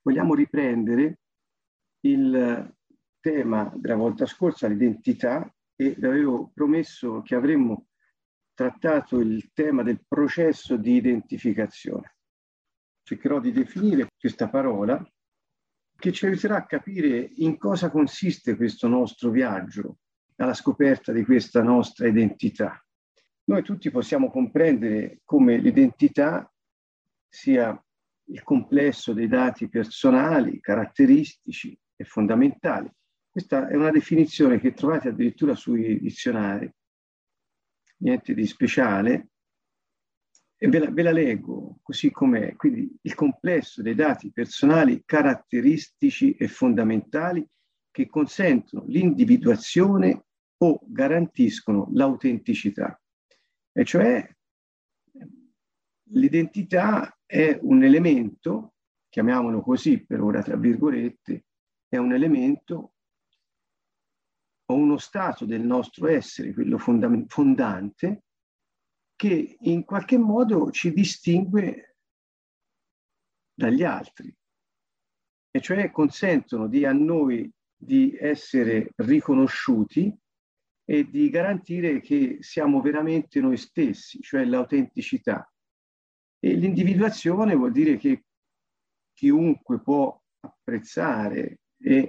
vogliamo riprendere il tema della volta scorsa, l'identità, e avevo promesso che avremmo trattato il tema del processo di identificazione. Cercherò di definire questa parola che ci aiuterà a capire in cosa consiste questo nostro viaggio alla scoperta di questa nostra identità. Noi tutti possiamo comprendere come l'identità sia il complesso dei dati personali, caratteristici e fondamentali. Questa è una definizione che trovate addirittura sui dizionari, niente di speciale, e ve la leggo così com'è. Quindi il complesso dei dati personali, caratteristici e fondamentali che consentono l'individuazione o garantiscono l'autenticità. E cioè l'identità è un elemento, chiamiamolo così per ora tra virgolette, è un elemento o uno stato del nostro essere, quello fondante, che in qualche modo ci distingue dagli altri, e cioè consentono a noi di essere riconosciuti e di garantire che siamo veramente noi stessi, cioè l'autenticità. E l'individuazione vuol dire che chiunque può apprezzare e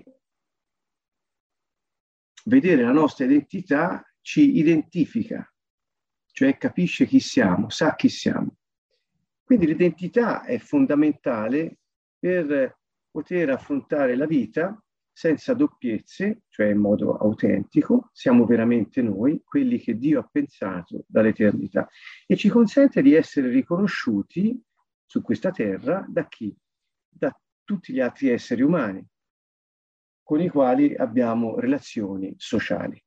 vedere la nostra identità ci identifica, cioè capisce chi siamo, sa chi siamo. Quindi l'identità è fondamentale per poter affrontare la vita senza doppiezze, cioè in modo autentico, siamo veramente noi, quelli che Dio ha pensato dall'eternità, e ci consente di essere riconosciuti su questa terra da chi? Da tutti gli altri esseri umani con i quali abbiamo relazioni sociali.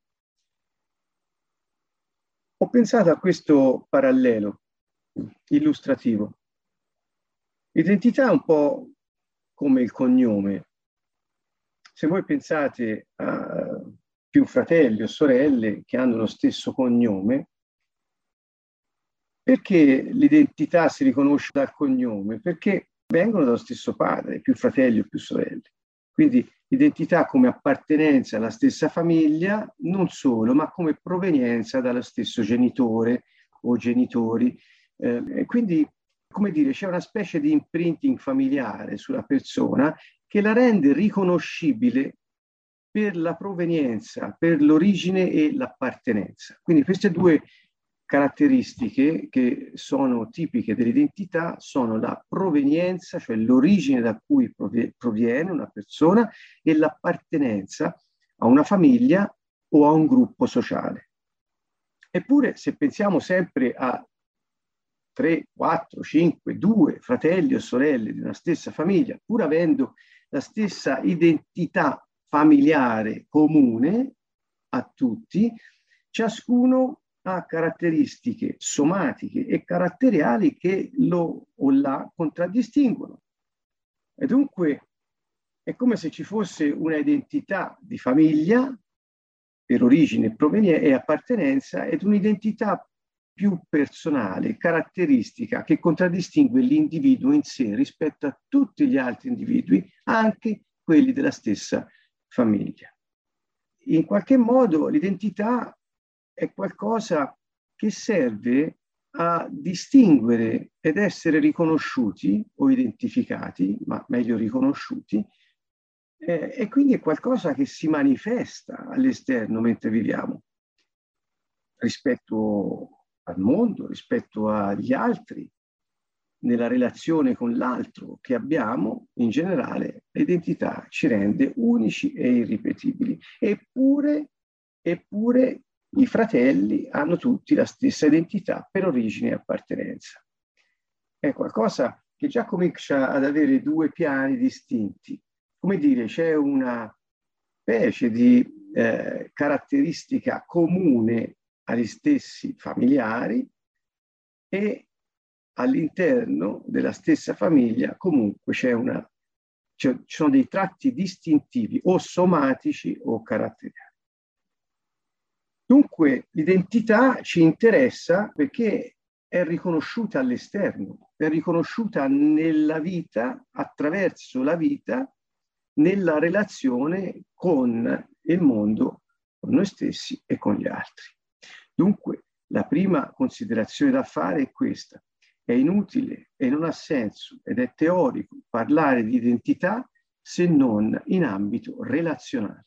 Ho pensato a questo parallelo illustrativo. L'identità è un po' come il cognome. Se voi pensate a più fratelli o sorelle che hanno lo stesso cognome, perché l'identità si riconosce dal cognome? Perché vengono dallo stesso padre, più fratelli o più sorelle. Quindi identità come appartenenza alla stessa famiglia, non solo, ma come provenienza dallo stesso genitore o genitori. Quindi, come dire, c'è una specie di imprinting familiare sulla persona che la rende riconoscibile per la provenienza, per l'origine e l'appartenenza. Quindi queste due caratteristiche che sono tipiche dell'identità sono la provenienza, cioè l'origine da cui proviene una persona, e l'appartenenza a una famiglia o a un gruppo sociale. Eppure, se pensiamo sempre a 3, 4, 5, 2 fratelli o sorelle di una stessa famiglia, pur avendo la stessa identità familiare comune a tutti, ciascuno ha caratteristiche somatiche e caratteriali che lo o la contraddistinguono. E dunque è come se ci fosse una identità di famiglia per origine e appartenenza ed un'identità più personale, caratteristica, che contraddistingue l'individuo in sé rispetto a tutti gli altri individui, anche quelli della stessa famiglia. In qualche modo l'identità è qualcosa che serve a distinguere ed essere riconosciuti o identificati, ma meglio riconosciuti, e quindi è qualcosa che si manifesta all'esterno mentre viviamo, rispetto al mondo, rispetto agli altri, nella relazione con l'altro che abbiamo. In generale l'identità ci rende unici e irripetibili. Eppure i fratelli hanno tutti la stessa identità per origine e appartenenza. È qualcosa che già comincia ad avere due piani distinti. Come dire, c'è una specie di caratteristica comune agli stessi familiari, e all'interno della stessa famiglia comunque ci sono dei tratti distintivi o somatici o caratteriali. Dunque l'identità ci interessa perché è riconosciuta all'esterno, è riconosciuta nella vita, attraverso la vita, nella relazione con il mondo, con noi stessi e con gli altri. Dunque, la prima considerazione da fare è questa. È inutile e non ha senso ed è teorico parlare di identità se non in ambito relazionale.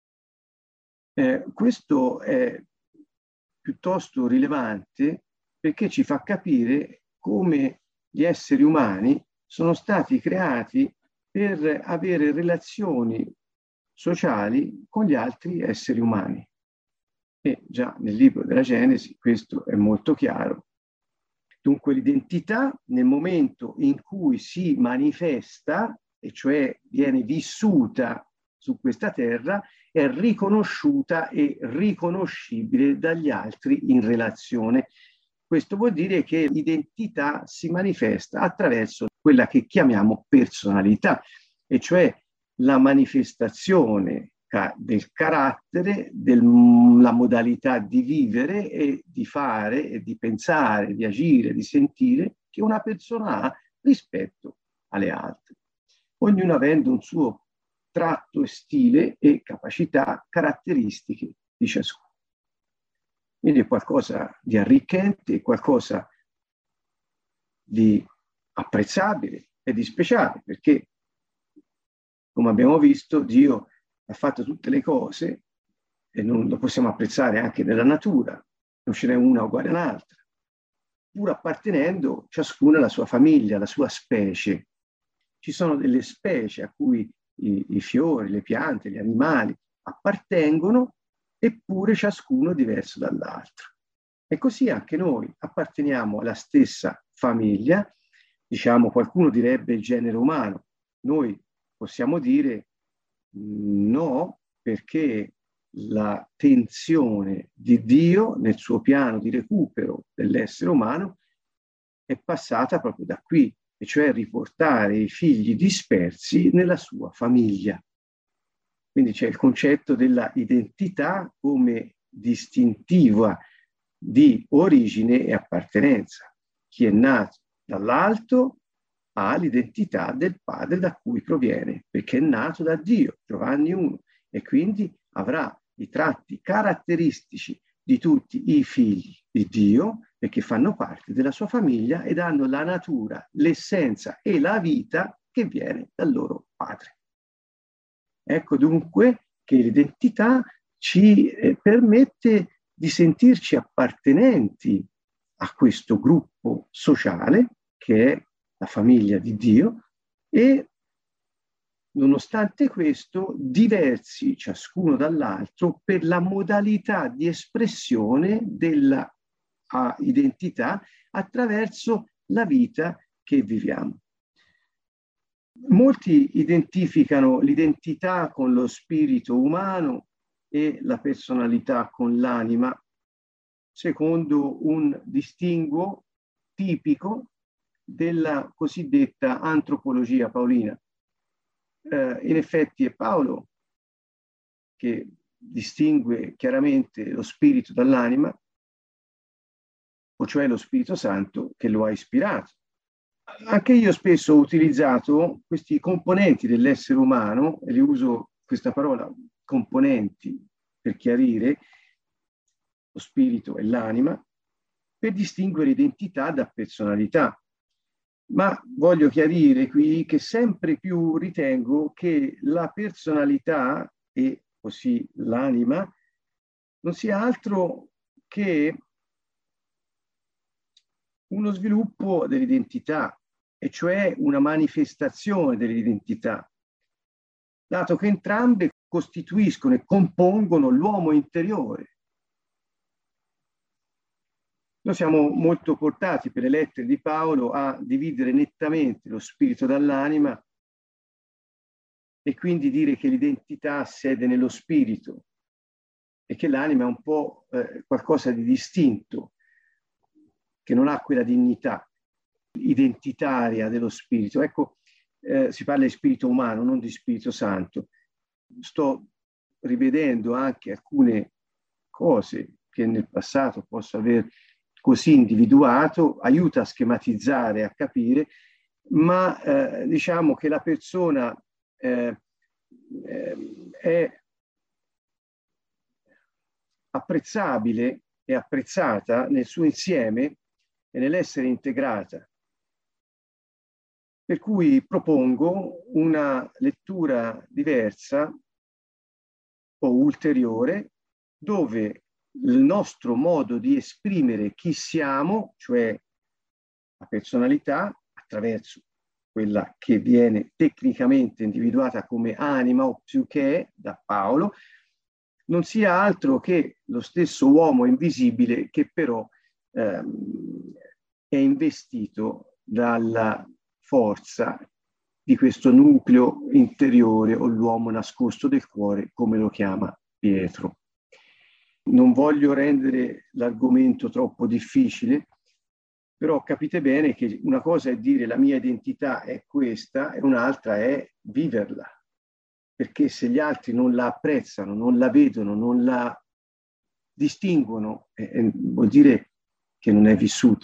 Questo è piuttosto rilevante perché ci fa capire come gli esseri umani sono stati creati per avere relazioni sociali con gli altri esseri umani. E già nel libro della Genesi questo è molto chiaro. Dunque l'identità nel momento in cui si manifesta, e cioè viene vissuta su questa terra, è riconosciuta e riconoscibile dagli altri in relazione. Questo vuol dire che l'identità si manifesta attraverso quella che chiamiamo personalità, e cioè la manifestazione del carattere, della modalità di vivere e di fare e di pensare, di agire, di sentire che una persona ha rispetto alle altre, ognuno avendo un suo tratto e stile e capacità caratteristiche di ciascuno. Quindi è qualcosa di arricchente, qualcosa di apprezzabile e di speciale, perché, come abbiamo visto, Dio ha fatto tutte le cose e non lo possiamo apprezzare anche nella natura, non ce n'è una uguale all'altra, pur appartenendo ciascuna alla sua famiglia, alla sua specie. Ci sono delle specie a cui i fiori, le piante, gli animali appartengono, eppure ciascuno è diverso dall'altro. E così anche noi apparteniamo alla stessa famiglia, diciamo, qualcuno direbbe il genere umano. Noi possiamo dire no, perché la tensione di Dio nel suo piano di recupero dell'essere umano è passata proprio da qui, e cioè riportare i figli dispersi nella sua famiglia. Quindi c'è il concetto della identità come distintiva di origine e appartenenza. Chi è nato dall'alto ha l'identità del padre da cui proviene, perché è nato da Dio, Giovanni 1, e quindi avrà i tratti caratteristici di tutti i figli di Dio, perché fanno parte della sua famiglia ed hanno la natura, l'essenza e la vita che viene dal loro padre. Ecco dunque che l'identità ci permette di sentirci appartenenti a questo gruppo sociale che è la famiglia di Dio e, nonostante questo, diversi ciascuno dall'altro per la modalità di espressione della identità attraverso la vita che viviamo. Molti identificano l'identità con lo spirito umano e la personalità con l'anima, secondo un distinguo tipico della cosiddetta antropologia paolina. In effetti è Paolo che distingue chiaramente lo spirito dall'anima, o cioè lo Spirito Santo che lo ha ispirato. Anche io spesso ho utilizzato questi componenti dell'essere umano, e li uso questa parola componenti per chiarire lo spirito e l'anima, per distinguere identità da personalità. Ma voglio chiarire qui che sempre più ritengo che la personalità e così l'anima non sia altro che uno sviluppo dell'identità, e cioè una manifestazione dell'identità, dato che entrambe costituiscono e compongono l'uomo interiore. Noi siamo molto portati per le lettere di Paolo a dividere nettamente lo spirito dall'anima e quindi dire che l'identità ha sede nello spirito e che l'anima è un po' qualcosa di distinto, che non ha quella dignità identitaria dello spirito. Ecco, si parla di spirito umano, non di Spirito Santo. Sto rivedendo anche alcune cose che nel passato posso aver così individuato, aiuta a schematizzare, a capire, ma diciamo che la persona è apprezzabile e apprezzata nel suo insieme e nell'essere integrata. Per cui propongo una lettura diversa o ulteriore, dove il nostro modo di esprimere chi siamo, cioè la personalità, attraverso quella che viene tecnicamente individuata come anima o psiche da Paolo, non sia altro che lo stesso uomo invisibile che però è investito dalla forza di questo nucleo interiore o l'uomo nascosto del cuore, come lo chiama Pietro. Non voglio rendere l'argomento troppo difficile, però capite bene che una cosa è dire la mia identità è questa e un'altra è viverla. Perché se gli altri non la apprezzano, non la vedono, non la distinguono, vuol dire che non è vissuta.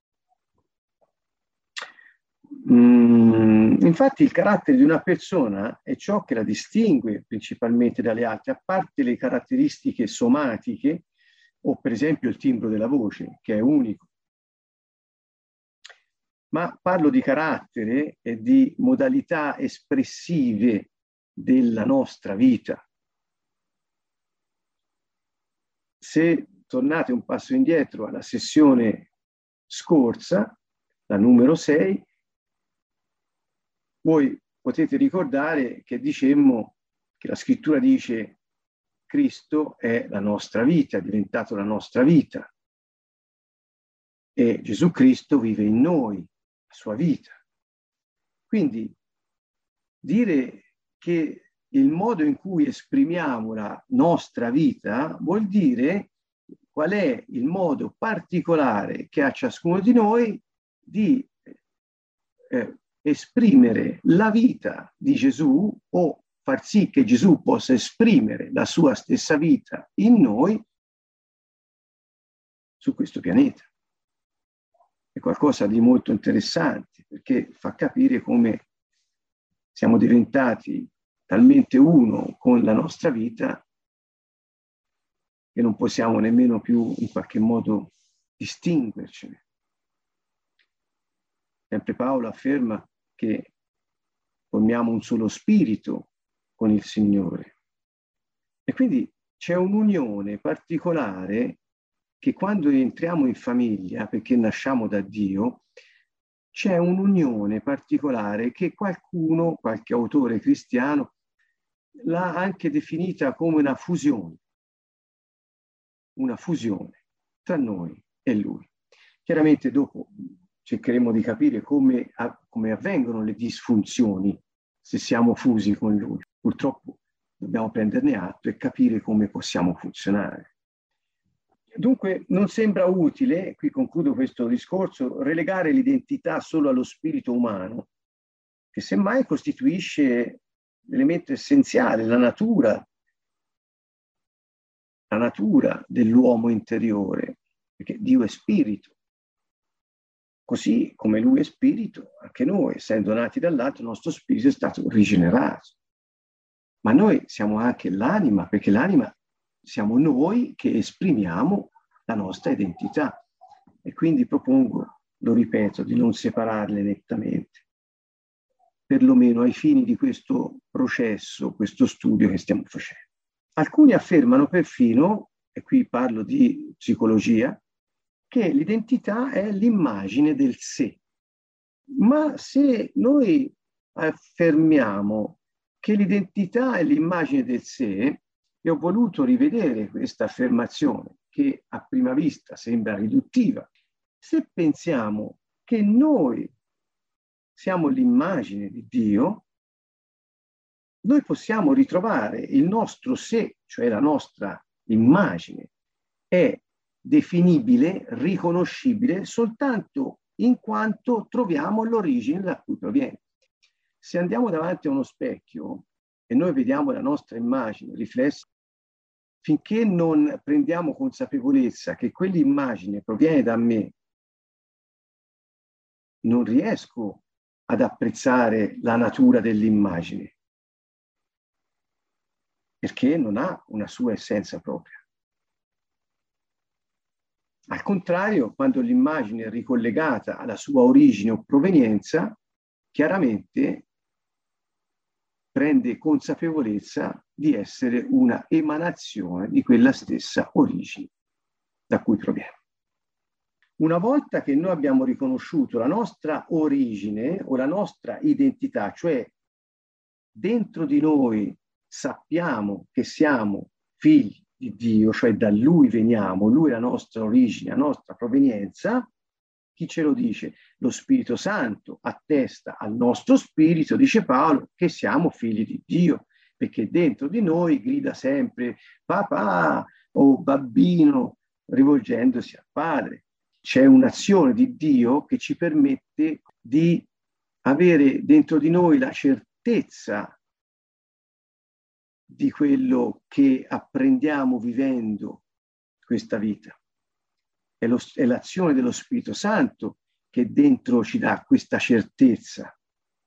Infatti il carattere di una persona è ciò che la distingue principalmente dalle altre, a parte le caratteristiche somatiche o per esempio il timbro della voce, che è unico. Ma parlo di carattere e di modalità espressive della nostra vita. Se tornate un passo indietro alla sessione scorsa, la numero 6, voi potete ricordare che dicemmo che la scrittura dice Cristo è la nostra vita, è diventato la nostra vita e Gesù Cristo vive in noi la sua vita. Quindi dire che il modo in cui esprimiamo la nostra vita vuol dire qual è il modo particolare che ha ciascuno di noi di esprimere la vita di Gesù o far sì che Gesù possa esprimere la sua stessa vita in noi su questo pianeta. È qualcosa di molto interessante perché fa capire come siamo diventati talmente uno con la nostra vita che non possiamo nemmeno più in qualche modo distinguercene. Sempre Paolo afferma che formiamo un solo spirito con il Signore. E quindi c'è un'unione particolare che quando entriamo in famiglia, perché nasciamo da Dio, c'è un'unione particolare che qualcuno, qualche autore cristiano, l'ha anche definita come una fusione tra noi e Lui. Chiaramente dopo cercheremo di capire come avvengono le disfunzioni se siamo fusi con Lui. Purtroppo dobbiamo prenderne atto e capire come possiamo funzionare. Dunque non sembra utile, qui concludo questo discorso, relegare l'identità solo allo spirito umano, che semmai costituisce l'elemento essenziale, la natura dell'uomo interiore, perché Dio è spirito. Così come Lui è spirito, anche noi, essendo nati dall'alto, il nostro spirito è stato rigenerato. Ma noi siamo anche l'anima, perché l'anima siamo noi che esprimiamo la nostra identità. E quindi propongo, lo ripeto, di non separarle nettamente, perlomeno ai fini di questo processo, questo studio che stiamo facendo. Alcuni affermano perfino, e qui parlo di psicologia, che l'identità è l'immagine del sé. Ma se noi affermiamo che l'identità è l'immagine del sé, e ho voluto rivedere questa affermazione che a prima vista sembra riduttiva, se pensiamo che noi siamo l'immagine di Dio, noi possiamo ritrovare il nostro sé, cioè la nostra immagine, è definibile, riconoscibile soltanto in quanto troviamo l'origine da cui proviene. Se andiamo davanti a uno specchio e noi vediamo la nostra immagine riflessa finché non prendiamo consapevolezza che quell'immagine proviene da me, non riesco ad apprezzare la natura dell'immagine, perché non ha una sua essenza propria. Al contrario, quando l'immagine è ricollegata alla sua origine o provenienza, chiaramente prende consapevolezza di essere una emanazione di quella stessa origine da cui proviene. Una volta che noi abbiamo riconosciuto la nostra origine o la nostra identità, cioè dentro di noi sappiamo che siamo figli di Dio, cioè da Lui veniamo, Lui è la nostra origine, la nostra provenienza, chi ce lo dice? Lo Spirito Santo attesta al nostro spirito, dice Paolo, che siamo figli di Dio, perché dentro di noi grida sempre papà o bambino, rivolgendosi al Padre. C'è un'azione di Dio che ci permette di avere dentro di noi la certezza di quello che apprendiamo vivendo questa vita. È l'azione dello Spirito Santo che dentro ci dà questa certezza.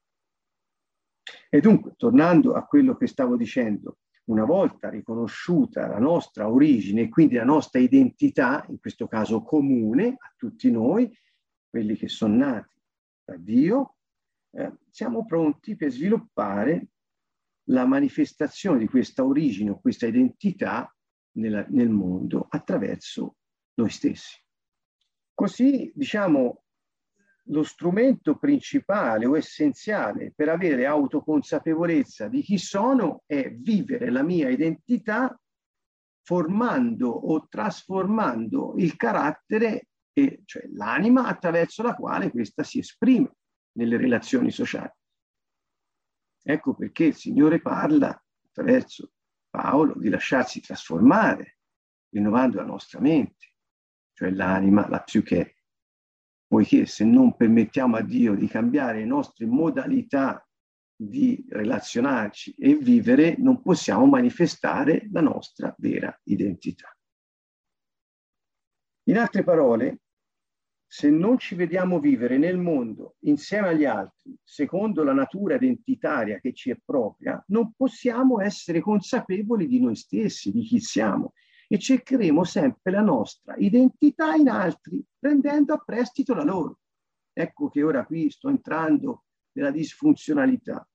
E dunque, tornando a quello che stavo dicendo, una volta riconosciuta la nostra origine e quindi la nostra identità, in questo caso comune a tutti noi, quelli che sono nati da Dio, siamo pronti per sviluppare la manifestazione di questa origine o questa identità nel mondo attraverso noi stessi. Così, diciamo, lo strumento principale o essenziale per avere autoconsapevolezza di chi sono è vivere la mia identità formando o trasformando il carattere, cioè l'anima attraverso la quale questa si esprime nelle relazioni sociali. Ecco perché il Signore parla attraverso Paolo di lasciarsi trasformare, rinnovando la nostra mente, cioè l'anima, la psiche, poiché se non permettiamo a Dio di cambiare le nostre modalità di relazionarci e vivere, non possiamo manifestare la nostra vera identità. In altre parole, se non ci vediamo vivere nel mondo insieme agli altri, secondo la natura identitaria che ci è propria, non possiamo essere consapevoli di noi stessi, di chi siamo, e cercheremo sempre la nostra identità in altri, prendendo a prestito la loro. Ecco che ora qui sto entrando nella disfunzionalità.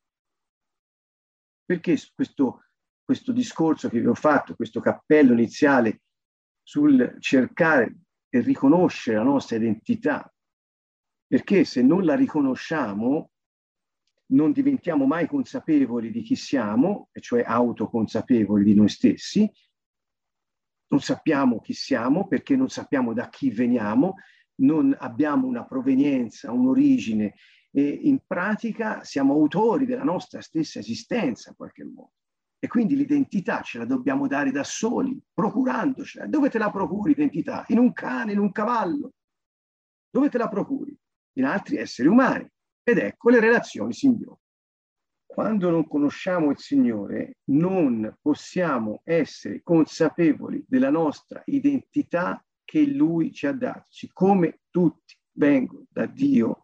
Perché questo discorso che vi ho fatto, questo cappello iniziale sul cercare e riconoscere la nostra identità? Perché se non la riconosciamo, non diventiamo mai consapevoli di chi siamo, e cioè autoconsapevoli di noi stessi, non sappiamo chi siamo perché non sappiamo da chi veniamo, non abbiamo una provenienza, un'origine e in pratica siamo autori della nostra stessa esistenza in qualche modo. E quindi l'identità ce la dobbiamo dare da soli, procurandocela. Dove te la procuri l'identità? In un cane, in un cavallo? Dove te la procuri? In altri esseri umani. Ed ecco le relazioni simbiotiche. Quando non conosciamo il Signore, non possiamo essere consapevoli della nostra identità che Lui ci ha dato. Siccome tutti vengono da Dio,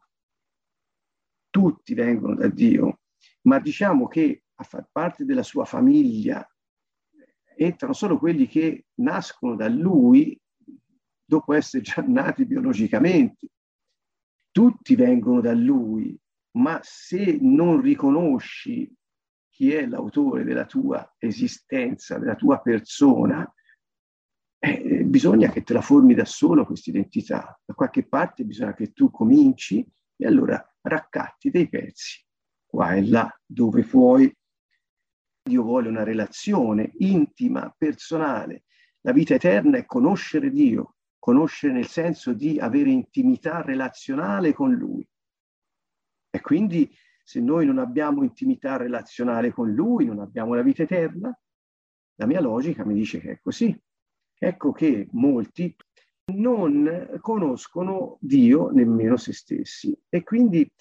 ma diciamo che a far parte della sua famiglia entrano solo quelli che nascono da Lui dopo essere già nati biologicamente. Tutti vengono da Lui, ma se non riconosci chi è l'autore della tua esistenza, della tua persona, bisogna che te la formi da solo questa identità. Da qualche parte bisogna che tu cominci e allora raccatti dei pezzi qua e là dove puoi. Dio vuole una relazione intima, personale. La vita eterna è conoscere Dio, conoscere nel senso di avere intimità relazionale con Lui. E quindi se noi non abbiamo intimità relazionale con Lui, non abbiamo la vita eterna, la mia logica mi dice che è così. Ecco che molti non conoscono Dio nemmeno se stessi e quindi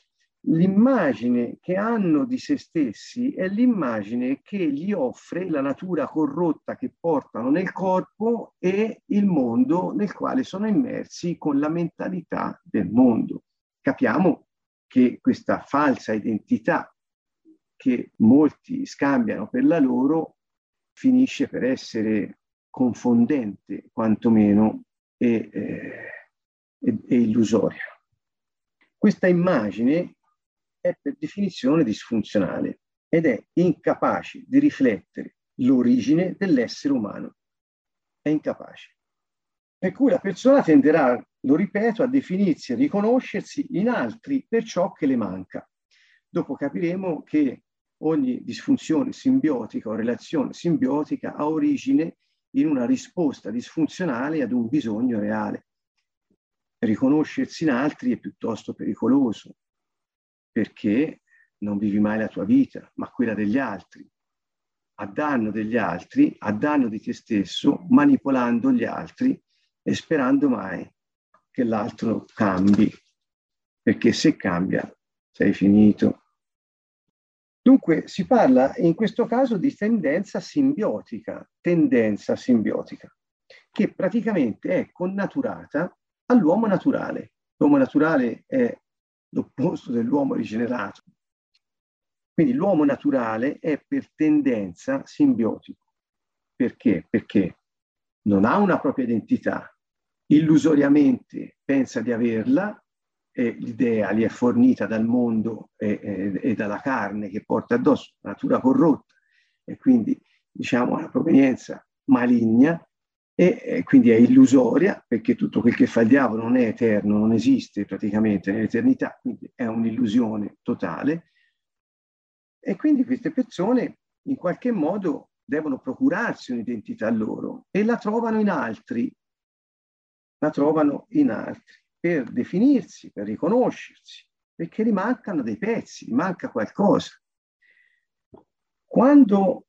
l'immagine che hanno di se stessi è l'immagine che gli offre la natura corrotta che portano nel corpo e il mondo nel quale sono immersi con la mentalità del mondo. Capiamo che questa falsa identità che molti scambiano per la loro finisce per essere confondente, quantomeno, e illusoria. Questa immagine è per definizione disfunzionale ed è incapace di riflettere l'origine dell'essere umano. È incapace. Per cui la persona tenderà, lo ripeto, a definirsi e riconoscersi in altri per ciò che le manca. Dopo capiremo che ogni disfunzione simbiotica o relazione simbiotica ha origine in una risposta disfunzionale ad un bisogno reale. Riconoscersi in altri è piuttosto pericoloso, perché non vivi mai la tua vita, ma quella degli altri, a danno degli altri, a danno di te stesso, manipolando gli altri e sperando mai che l'altro cambi, perché se cambia sei finito. Dunque si parla in questo caso di tendenza simbiotica, che praticamente è connaturata all'uomo naturale. L'uomo naturale è l'opposto dell'uomo rigenerato. Quindi l'uomo naturale è per tendenza simbiotico. Perché? Perché non ha una propria identità, illusoriamente pensa di averla, e l'idea gli è fornita dal mondo e dalla carne che porta addosso, la natura corrotta, e quindi diciamo una provenienza maligna, e quindi è illusoria, perché tutto quel che fa il diavolo non è eterno, non esiste praticamente nell'eternità, quindi è un'illusione totale. E quindi queste persone in qualche modo devono procurarsi un'identità loro e la trovano in altri, per definirsi, per riconoscersi, perché gli mancano dei pezzi, gli manca qualcosa. Quando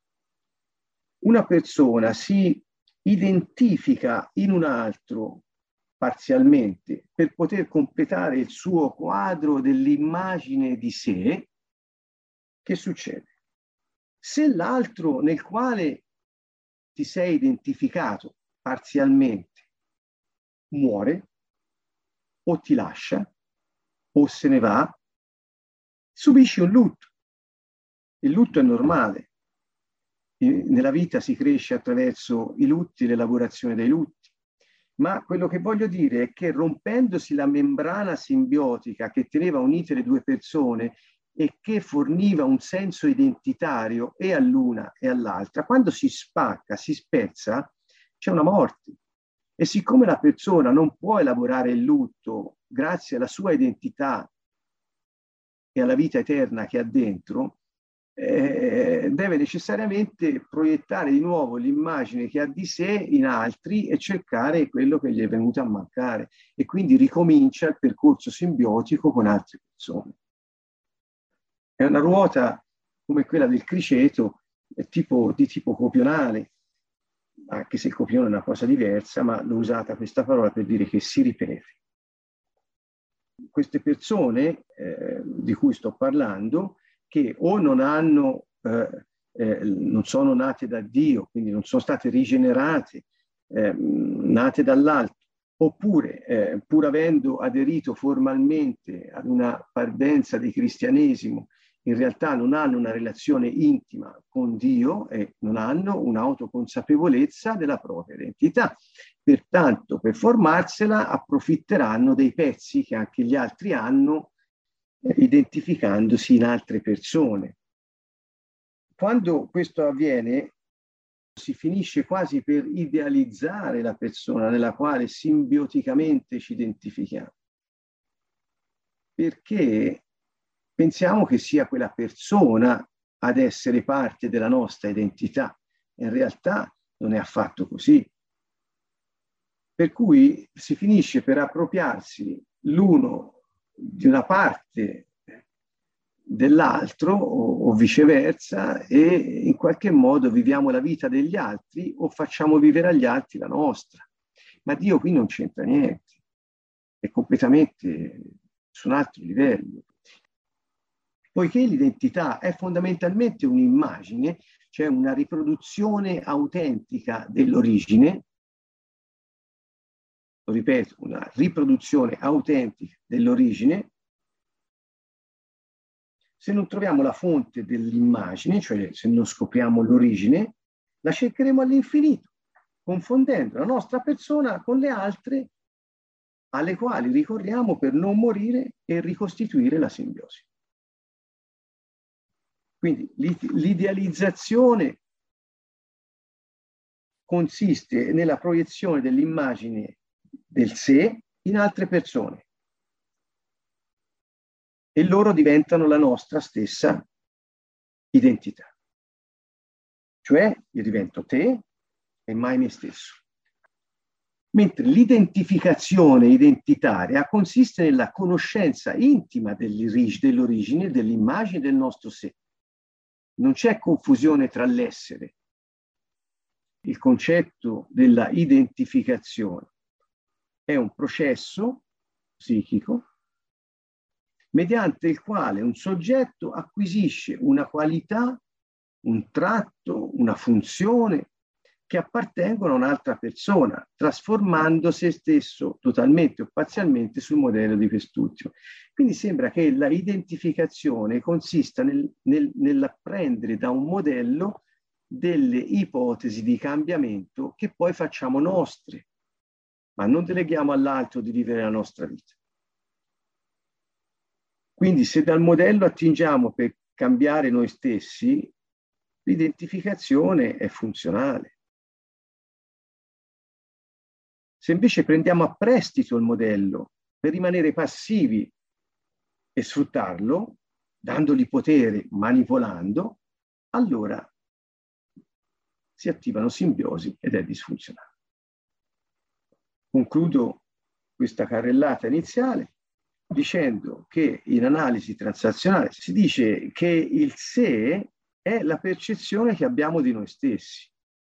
una persona si identifica in un altro parzialmente per poter completare il suo quadro dell'immagine di sé, che succede? Se l'altro nel quale ti sei identificato parzialmente muore, o ti lascia, o se ne va, subisci un lutto. Il lutto è normale. Nella vita si cresce attraverso i lutti, l'elaborazione dei lutti. Ma quello che voglio dire è che rompendosi la membrana simbiotica che teneva unite le due persone e che forniva un senso identitario e all'una e all'altra, quando si spacca, si spezza, c'è una morte. E siccome la persona non può elaborare il lutto grazie alla sua identità e alla vita eterna che ha dentro, deve necessariamente proiettare di nuovo l'immagine che ha di sé in altri e cercare quello che gli è venuto a mancare. E quindi ricomincia il percorso simbiotico con altre persone. È una ruota come quella del criceto, di tipo copionale, anche se il copione è una cosa diversa, ma l'ho usata questa parola per dire che si ripete. Queste persone di cui sto parlando, che o non hanno, non sono nate da Dio, quindi non sono state rigenerate, nate dall'alto, oppure pur avendo aderito formalmente ad una parvenza di cristianesimo, in realtà non hanno una relazione intima con Dio e non hanno un'autoconsapevolezza della propria identità. Pertanto, per formarsela, approfitteranno dei pezzi che anche gli altri hanno, identificandosi in altre persone. Quando questo avviene, si finisce quasi per idealizzare la persona nella quale simbioticamente ci identifichiamo. Perché pensiamo che sia quella persona ad essere parte della nostra identità. In realtà non è affatto così. Per cui si finisce per appropriarsi l'uno di una parte dell'altro o viceversa, e in qualche modo viviamo la vita degli altri o facciamo vivere agli altri la nostra. Ma Dio qui non c'entra niente, è completamente su un altro livello. poiché l'identità è fondamentalmente un'immagine, cioè una riproduzione autentica dell'origine, lo ripeto, una riproduzione autentica dell'origine, se non troviamo la fonte dell'immagine, cioè se non scopriamo l'origine, la cercheremo all'infinito, confondendo la nostra persona con le altre alle quali ricorriamo per non morire e ricostituire la simbiosi. Quindi l'idealizzazione consiste nella proiezione dell'immagine del sé in altre persone e loro diventano la nostra stessa identità. Cioè io divento te e mai me stesso. Mentre l'identificazione identitaria consiste nella conoscenza intima dell'origine, dell'immagine del nostro sé. Non c'è confusione tra l'essere. Il concetto della identificazione è un processo psichico mediante il quale un soggetto acquisisce una qualità, un tratto, una funzione che appartengono a un'altra persona, trasformando se stesso totalmente o parzialmente sul modello di quest'ultimo. Quindi sembra che la identificazione consista nell'apprendere da un modello delle ipotesi di cambiamento che poi facciamo nostre, ma non deleghiamo all'altro di vivere la nostra vita. Quindi se dal modello attingiamo per cambiare noi stessi, l'identificazione è funzionale. Se invece prendiamo a prestito il modello per rimanere passivi e sfruttarlo, dandogli potere, manipolando, allora si attivano simbiosi ed è disfunzionale. Concludo questa carrellata iniziale dicendo che in analisi transazionale si dice che il sé è la percezione che abbiamo di noi stessi.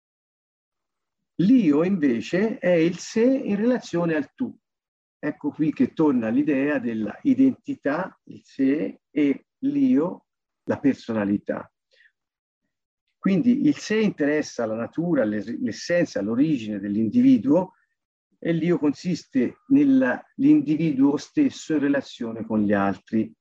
L'io invece è il sé in relazione al tu. Ecco qui che torna l'idea della identità, il sé, e l'io, la personalità. Quindi il sé interessa la natura, l'essenza, l'origine dell'individuo, e l'io consiste nell'individuo stesso in relazione con gli altri.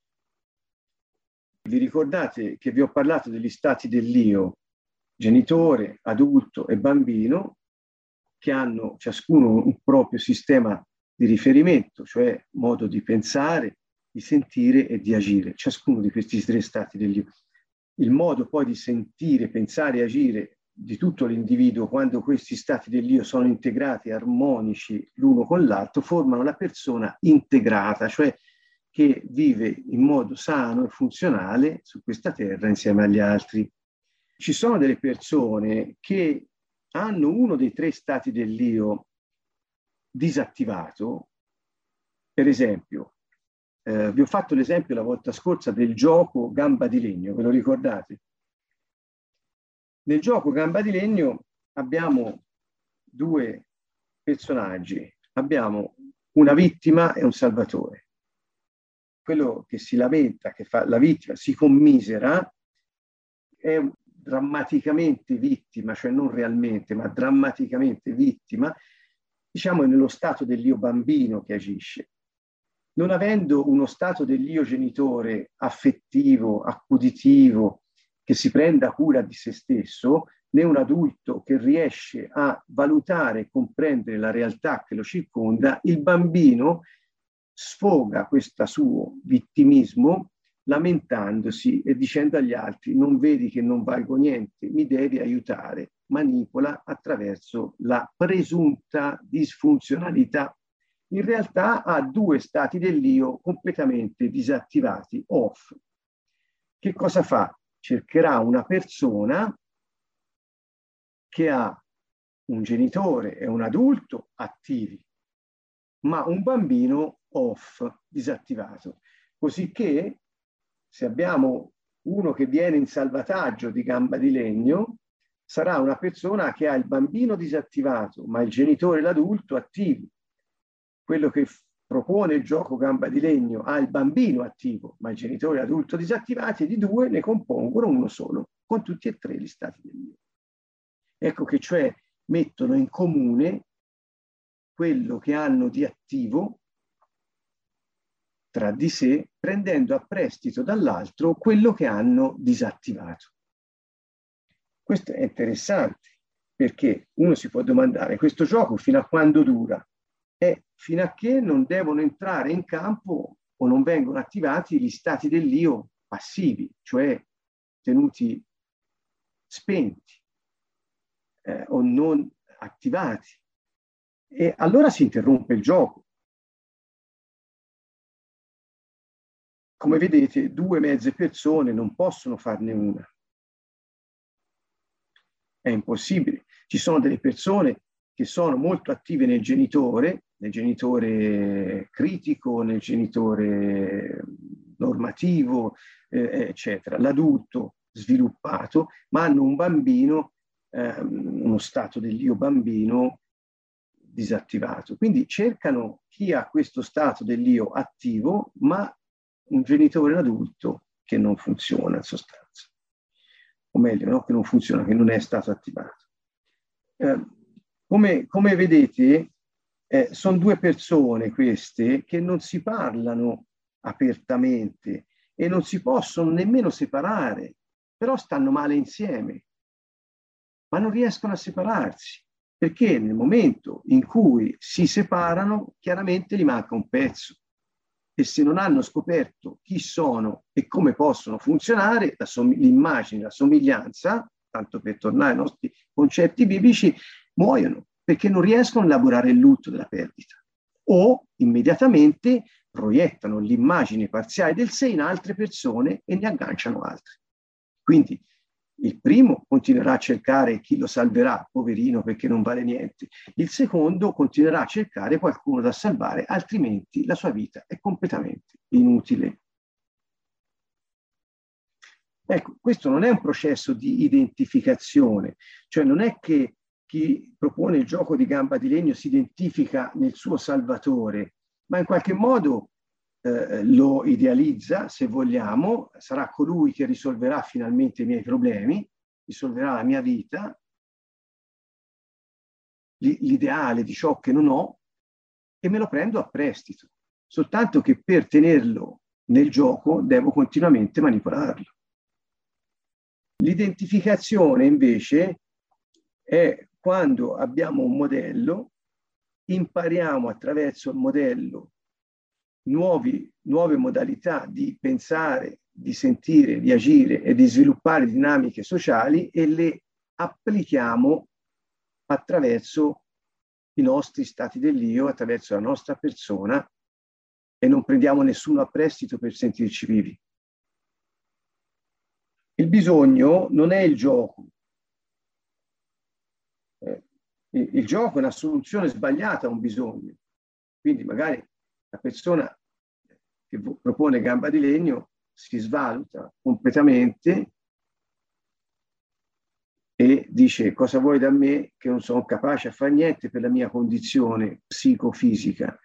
Vi ricordate che vi ho parlato degli stati dell'io, genitore, adulto e bambino, che hanno ciascuno un proprio sistema di riferimento, cioè modo di pensare, di sentire e di agire, ciascuno di questi tre stati dell'io. Il modo poi di sentire, pensare e agire di tutto l'individuo, quando questi stati dell'io sono integrati, armonici l'uno con l'altro, formano la persona integrata, cioè che vive in modo sano e funzionale su questa terra insieme agli altri. Ci sono delle persone che hanno uno dei tre stati dell'io disattivato. Per esempio, vi ho fatto l'esempio la volta scorsa del gioco Gamba di Legno, ve lo ricordate? Nel gioco Gamba di Legno abbiamo due personaggi, abbiamo una vittima e un salvatore. Quello che si lamenta, che fa la vittima, si commisera, è drammaticamente vittima, cioè non realmente, ma drammaticamente vittima, diciamo è nello stato dell'io bambino che agisce. Non avendo uno stato dell'io genitore affettivo, accuditivo, che si prenda cura di se stesso, né un adulto che riesce a valutare e comprendere la realtà che lo circonda, il bambino sfoga questo suo vittimismo lamentandosi e dicendo agli altri: non vedi che non valgo niente, mi devi aiutare. Manipola attraverso la presunta disfunzionalità. In realtà ha due stati dell'io completamente disattivati, off. Che cosa fa? Cercherà una persona che ha un genitore e un adulto attivi, ma un bambino off, disattivato. Cosicché se abbiamo uno che viene in salvataggio di Gamba di Legno, sarà una persona che ha il bambino disattivato, ma il genitore e l'adulto attivi. Quello che propone il gioco gamba di legno al bambino attivo, ma il genitore adulto disattivati, e di due ne compongono uno solo, con tutti e tre gli stati dell'io. Ecco che cioè mettono in comune quello che hanno di attivo tra di sé, prendendo a prestito dall'altro quello che hanno disattivato. Questo è interessante, perché uno si può domandare, questo gioco fino a quando dura? Fino a che non devono entrare in campo o non vengono attivati gli stati dell'io passivi, cioè tenuti spenti o non attivati. E allora si interrompe il gioco. Come vedete, due mezze persone non possono farne una. È impossibile. Ci sono delle persone che sono molto attive nel genitore critico, nel genitore normativo, eccetera, l'adulto sviluppato, ma hanno un bambino, uno stato dell'io bambino disattivato. Quindi cercano chi ha questo stato dell'io attivo, ma un genitore adulto che non funziona in sostanza. O meglio, no? Che non funziona, che non è stato attivato. Come vedete, sono due persone queste che non si parlano apertamente e non si possono nemmeno separare, però stanno male insieme, ma non riescono a separarsi, perché nel momento in cui si separano, chiaramente gli manca un pezzo. E se non hanno scoperto chi sono e come possono funzionare, l'immagine, la somiglianza, tanto per tornare ai nostri concetti biblici, muoiono perché non riescono a elaborare il lutto della perdita o immediatamente proiettano l'immagine parziale del sé in altre persone e ne agganciano altre. Quindi il primo continuerà a cercare chi lo salverà, poverino, perché non vale niente. Il secondo continuerà a cercare qualcuno da salvare, altrimenti la sua vita è completamente inutile. Ecco, questo non è un processo di identificazione, cioè non è che chi propone il gioco di gamba di legno si identifica nel suo salvatore, ma in qualche modo lo idealizza, se vogliamo, sarà colui che risolverà finalmente i miei problemi, risolverà la mia vita, l'ideale di ciò che non ho, e me lo prendo a prestito, soltanto che per tenerlo nel gioco devo continuamente manipolarlo. L'identificazione invece è quando abbiamo un modello, impariamo attraverso il modello nuove modalità di pensare, di sentire, di agire e di sviluppare dinamiche sociali e le applichiamo attraverso i nostri stati dell'io, attraverso la nostra persona, e non prendiamo nessuno a prestito per sentirci vivi. Il bisogno non è il gioco. Il gioco è una soluzione sbagliata a un bisogno. Quindi magari la persona che propone gamba di legno si svaluta completamente e dice: cosa vuoi da me che non sono capace a fare niente per la mia condizione psicofisica?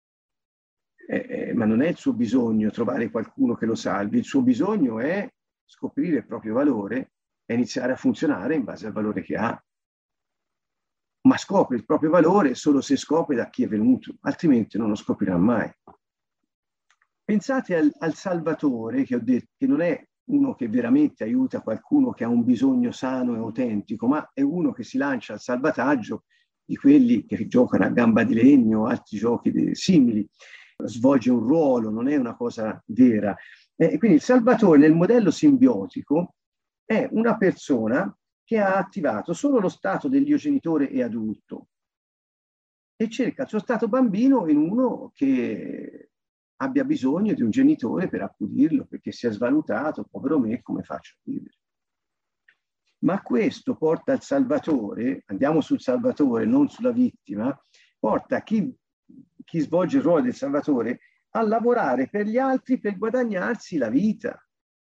Ma non è il suo bisogno trovare qualcuno che lo salvi, il suo bisogno è scoprire il proprio valore e iniziare a funzionare in base al valore che ha. Ma scopre il proprio valore solo se scopre da chi è venuto, altrimenti non lo scoprirà mai. Pensate al Salvatore, che ho detto che non è uno che veramente aiuta qualcuno che ha un bisogno sano e autentico, ma è uno che si lancia al salvataggio di quelli che giocano a gamba di legno o altri giochi simili, svolge un ruolo, non è una cosa vera. Quindi il Salvatore nel modello simbiotico è una persona che ha attivato solo lo stato dell'io genitore e adulto e cerca il suo stato bambino in uno che abbia bisogno di un genitore per accudirlo, perché si è svalutato, povero me, come faccio a vivere? Ma questo porta al Salvatore, andiamo sul Salvatore, non sulla vittima, porta chi svolge il ruolo del Salvatore a lavorare per gli altri per guadagnarsi la vita.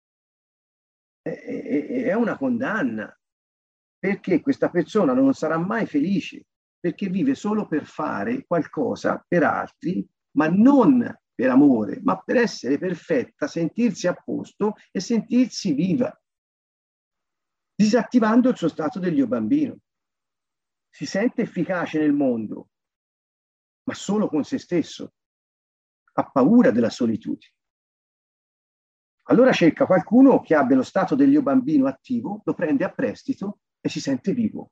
È una condanna, perché questa persona non sarà mai felice, perché vive solo per fare qualcosa per altri ma non per amore, ma per essere perfetta, sentirsi a posto e sentirsi viva, disattivando il suo stato dell'io bambino. Si sente efficace nel mondo, ma solo con se stesso. Ha paura della solitudine. Allora cerca qualcuno che abbia lo stato dell'io bambino attivo, lo prende a prestito e si sente vivo.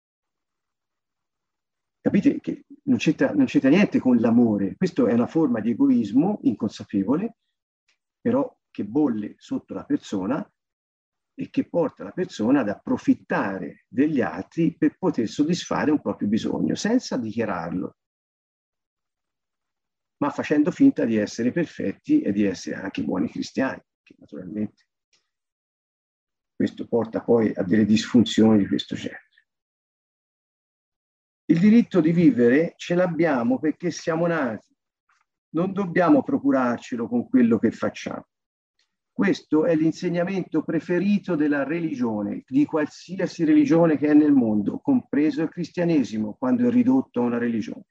Capite che non c'entra niente con l'amore. Questa è una forma di egoismo inconsapevole, però che bolle sotto la persona e che porta la persona ad approfittare degli altri per poter soddisfare un proprio bisogno, senza dichiararlo, ma facendo finta di essere perfetti e di essere anche buoni cristiani, che naturalmente questo porta poi a delle disfunzioni di questo genere. Il diritto di vivere ce l'abbiamo perché siamo nati, non dobbiamo procurarcelo con quello che facciamo. Questo è l'insegnamento preferito della religione, di qualsiasi religione che è nel mondo, compreso il cristianesimo, quando è ridotto a una religione.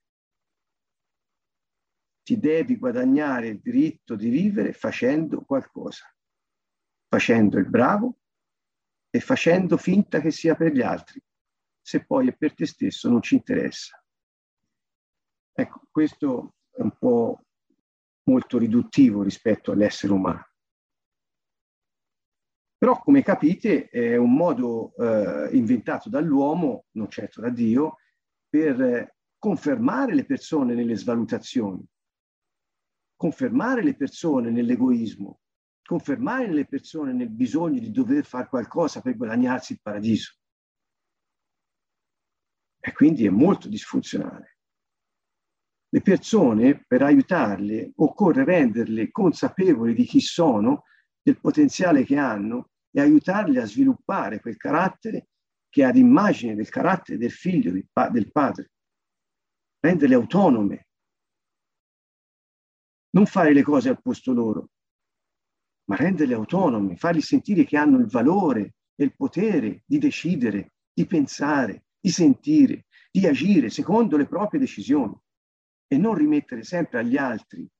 Ti devi guadagnare il diritto di vivere facendo qualcosa, facendo il bravo e facendo finta che sia per gli altri. Se poi è per te stesso non ci interessa. Ecco, questo è un po' molto riduttivo rispetto all'essere umano. Però, come capite, è un modo inventato dall'uomo, non certo da Dio, per confermare le persone nelle svalutazioni, confermare le persone nell'egoismo, confermare le persone nel bisogno di dover fare qualcosa per guadagnarsi il paradiso. E quindi è molto disfunzionale. Le persone, per aiutarle, occorre renderle consapevoli di chi sono, del potenziale che hanno e aiutarle a sviluppare quel carattere che è ad immagine del carattere del figlio, del padre. Renderle autonome. Non fare le cose al posto loro, ma renderle autonome, fargli sentire che hanno il valore e il potere di decidere, di pensare, di sentire, di agire secondo le proprie decisioni e non rimettere sempre agli altri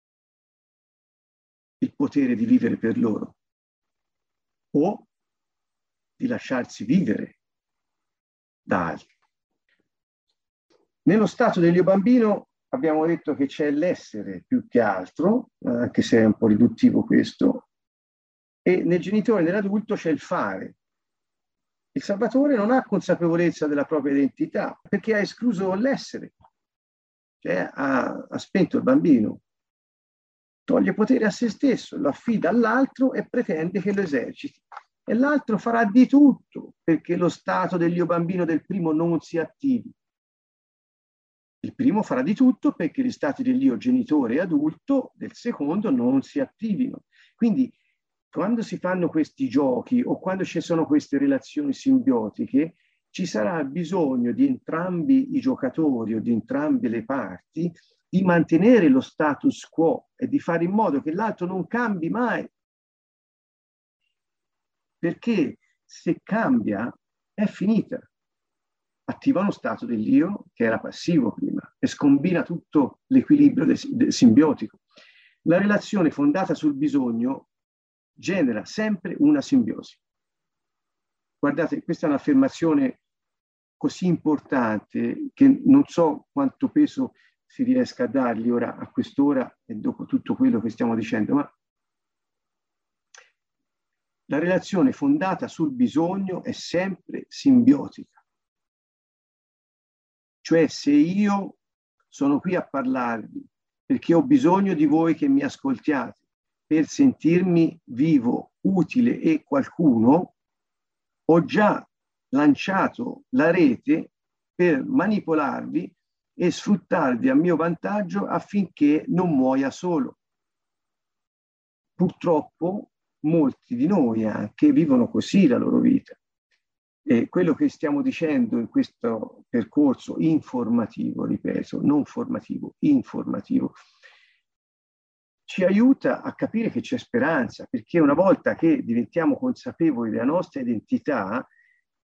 il potere di vivere per loro o di lasciarsi vivere da altri. Nello stato dell'io bambino abbiamo detto che c'è l'essere più che altro, anche se è un po' riduttivo questo, e nel genitore e nell'adulto c'è il fare. Il Salvatore non ha consapevolezza della propria identità perché ha escluso l'essere, cioè ha spento il bambino, toglie potere a se stesso, lo affida all'altro e pretende che lo eserciti. E l'altro farà di tutto perché lo stato dell'io bambino del primo non si attivi. Il primo farà di tutto perché gli stati dell'io genitore e adulto del secondo non si attivino. Quindi quando si fanno questi giochi o quando ci sono queste relazioni simbiotiche, ci sarà bisogno di entrambi i giocatori o di entrambe le parti di mantenere lo status quo e di fare in modo che l'altro non cambi mai. Perché se cambia è finita. Attiva uno stato dell'io che era passivo prima e scombina tutto l'equilibrio simbiotico. La relazione fondata sul bisogno genera sempre una simbiosi. Guardate, questa è un'affermazione così importante che non so quanto peso si riesca a dargli ora a quest'ora e dopo tutto quello che stiamo dicendo, ma la relazione fondata sul bisogno è sempre simbiotica. Cioè, se io sono qui a parlarvi perché ho bisogno di voi che mi ascoltiate per sentirmi vivo, utile e qualcuno, ho già lanciato la rete per manipolarvi e sfruttarvi a mio vantaggio affinché non muoia solo. Purtroppo molti di noi anche vivono così la loro vita. E quello che stiamo dicendo in questo percorso informativo, ripeto, non formativo, informativo, ci aiuta a capire che c'è speranza, perché una volta che diventiamo consapevoli della nostra identità,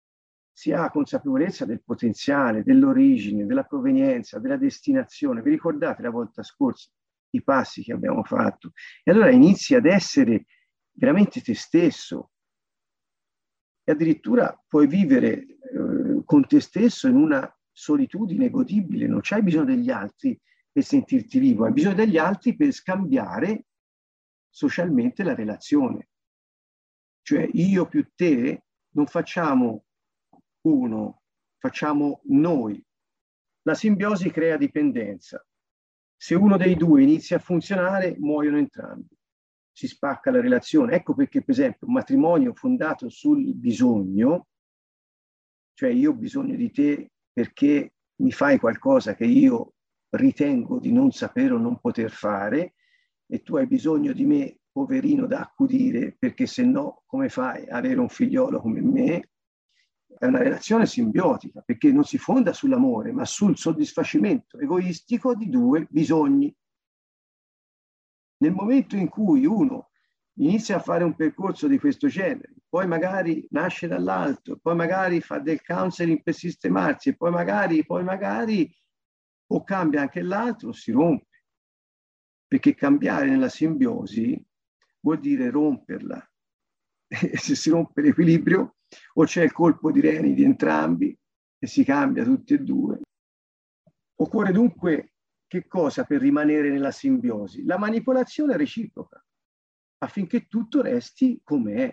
si ha consapevolezza del potenziale, dell'origine, della provenienza, della destinazione. Vi ricordate la volta scorsa i passi che abbiamo fatto? E allora inizi ad essere veramente te stesso e addirittura puoi vivere con te stesso in una solitudine godibile. Non c'hai bisogno degli altri per sentirti vivo, hai bisogno degli altri per scambiare socialmente la relazione. Cioè io più te non facciamo uno, facciamo noi. La simbiosi crea dipendenza. Se uno dei due inizia a funzionare, muoiono entrambi. Si spacca la relazione. Ecco perché, per esempio, un matrimonio fondato sul bisogno, cioè io ho bisogno di te perché mi fai qualcosa che io ritengo di non sapere o non poter fare, e tu hai bisogno di me, poverino, da accudire, perché se no come fai a avere un figliolo come me? È una relazione simbiotica, perché non si fonda sull'amore, ma sul soddisfacimento egoistico di due bisogni. Nel momento in cui uno inizia a fare un percorso di questo genere, poi magari nasce dall'alto, poi magari fa del counseling per sistemarsi, e poi magari, o cambia anche l'altro, si rompe. Perché cambiare nella simbiosi vuol dire romperla. E se si rompe l'equilibrio, o c'è il colpo di reni di entrambi e si cambia tutti e due. Occorre dunque che cosa per rimanere nella simbiosi? La manipolazione reciproca, affinché tutto resti com'è.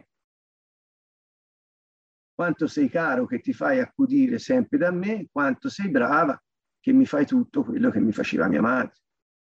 Quanto sei caro che ti fai accudire sempre da me, quanto sei brava che mi fai tutto quello che mi faceva mia madre.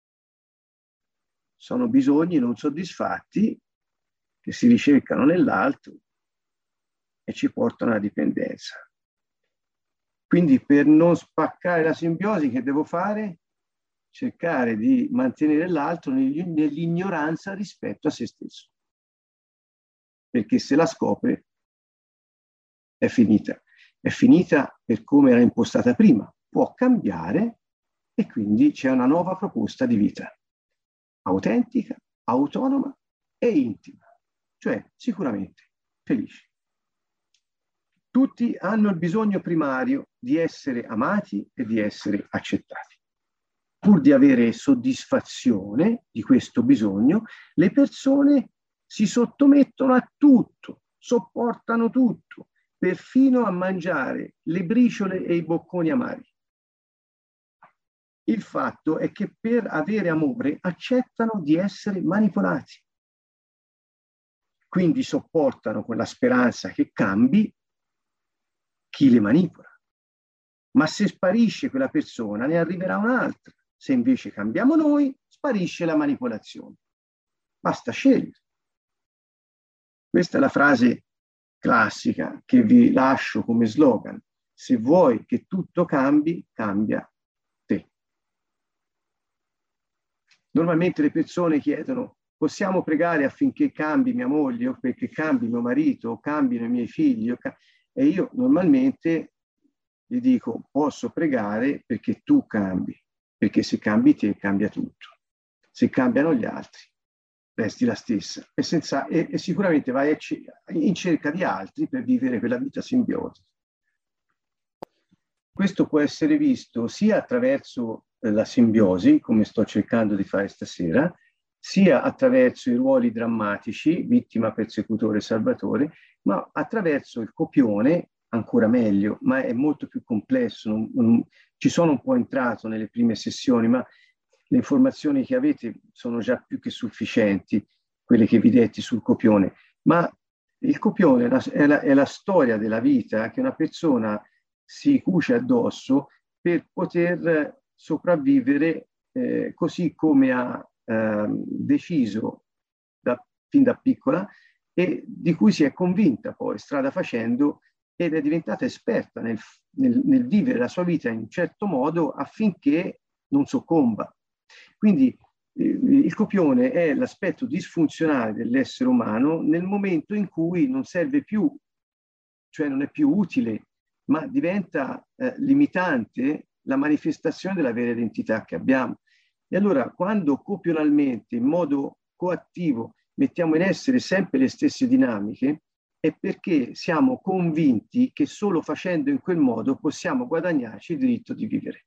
Sono bisogni non soddisfatti che si ricercano nell'altro e ci portano alla dipendenza. Quindi per non spaccare la simbiosi, che devo fare? Cercare di mantenere l'altro nell'ignoranza rispetto a se stesso. Perché se la scopre è finita. È finita per come era impostata prima. Può cambiare e quindi c'è una nuova proposta di vita. Autentica, autonoma e intima. Cioè sicuramente felice. Tutti hanno il bisogno primario di essere amati e di essere accettati. Pur di avere soddisfazione di questo bisogno, le persone si sottomettono a tutto, sopportano tutto, perfino a mangiare le briciole e i bocconi amari. Il fatto è che per avere amore accettano di essere manipolati. Quindi sopportano con la speranza che cambi chi le manipola. Ma se sparisce quella persona, ne arriverà un'altra. Se invece cambiamo noi, sparisce la manipolazione. Basta scegliere. Questa è la frase classica che vi lascio come slogan. Se vuoi che tutto cambi, cambia te. Normalmente le persone chiedono: possiamo pregare affinché cambi mia moglie, o perché cambi mio marito, o cambino i miei figli? E io normalmente gli dico: posso pregare perché tu cambi, perché se cambi te cambia tutto. Se cambiano gli altri, resti la stessa. E sicuramente vai in cerca di altri per vivere quella vita simbiotica. Questo può essere visto sia attraverso la simbiosi, come sto cercando di fare stasera, sia attraverso i ruoli drammatici, vittima, persecutore, salvatore, ma attraverso il copione, ancora meglio, ma è molto più complesso. Ci sono un po' entrato nelle prime sessioni, ma le informazioni che avete sono già più che sufficienti, quelle che vi detti sul copione. Ma il copione è la storia della vita che una persona si cuce addosso per poter sopravvivere così come ha deciso fin da piccola, e di cui si è convinta poi strada facendo, ed è diventata esperta nel vivere la sua vita in un certo modo affinché non soccomba. Quindi il copione è l'aspetto disfunzionale dell'essere umano nel momento in cui non serve più, cioè non è più utile, ma diventa limitante la manifestazione della vera identità che abbiamo. E allora quando copionalmente, in modo coattivo, mettiamo in essere sempre le stesse dinamiche, è perché siamo convinti che solo facendo in quel modo possiamo guadagnarci il diritto di vivere.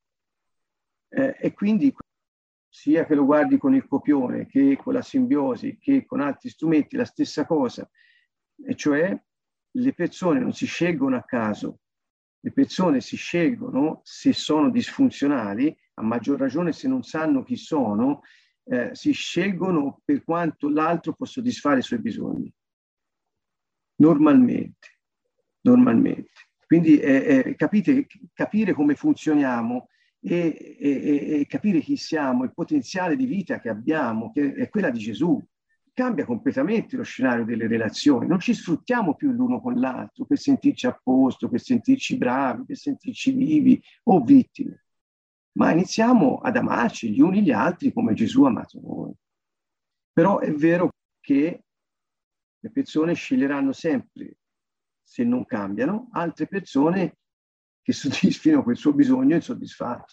E quindi, sia che lo guardi con il copione, che con la simbiosi, che con altri strumenti, la stessa cosa. E cioè, le persone non si scelgono a caso, le persone si scelgono se sono disfunzionali, a maggior ragione se non sanno chi sono, si scelgono per quanto l'altro può soddisfare i suoi bisogni. Normalmente. Quindi capire come funzioniamo e capire chi siamo, il potenziale di vita che abbiamo, che è quella di Gesù, cambia completamente lo scenario delle relazioni. Non ci sfruttiamo più l'uno con l'altro per sentirci a posto, per sentirci bravi, per sentirci vivi o vittime, ma iniziamo ad amarci gli uni gli altri come Gesù ha amato noi. Però è vero che le persone sceglieranno sempre, se non cambiano, altre persone che soddisfino quel suo bisogno insoddisfatto.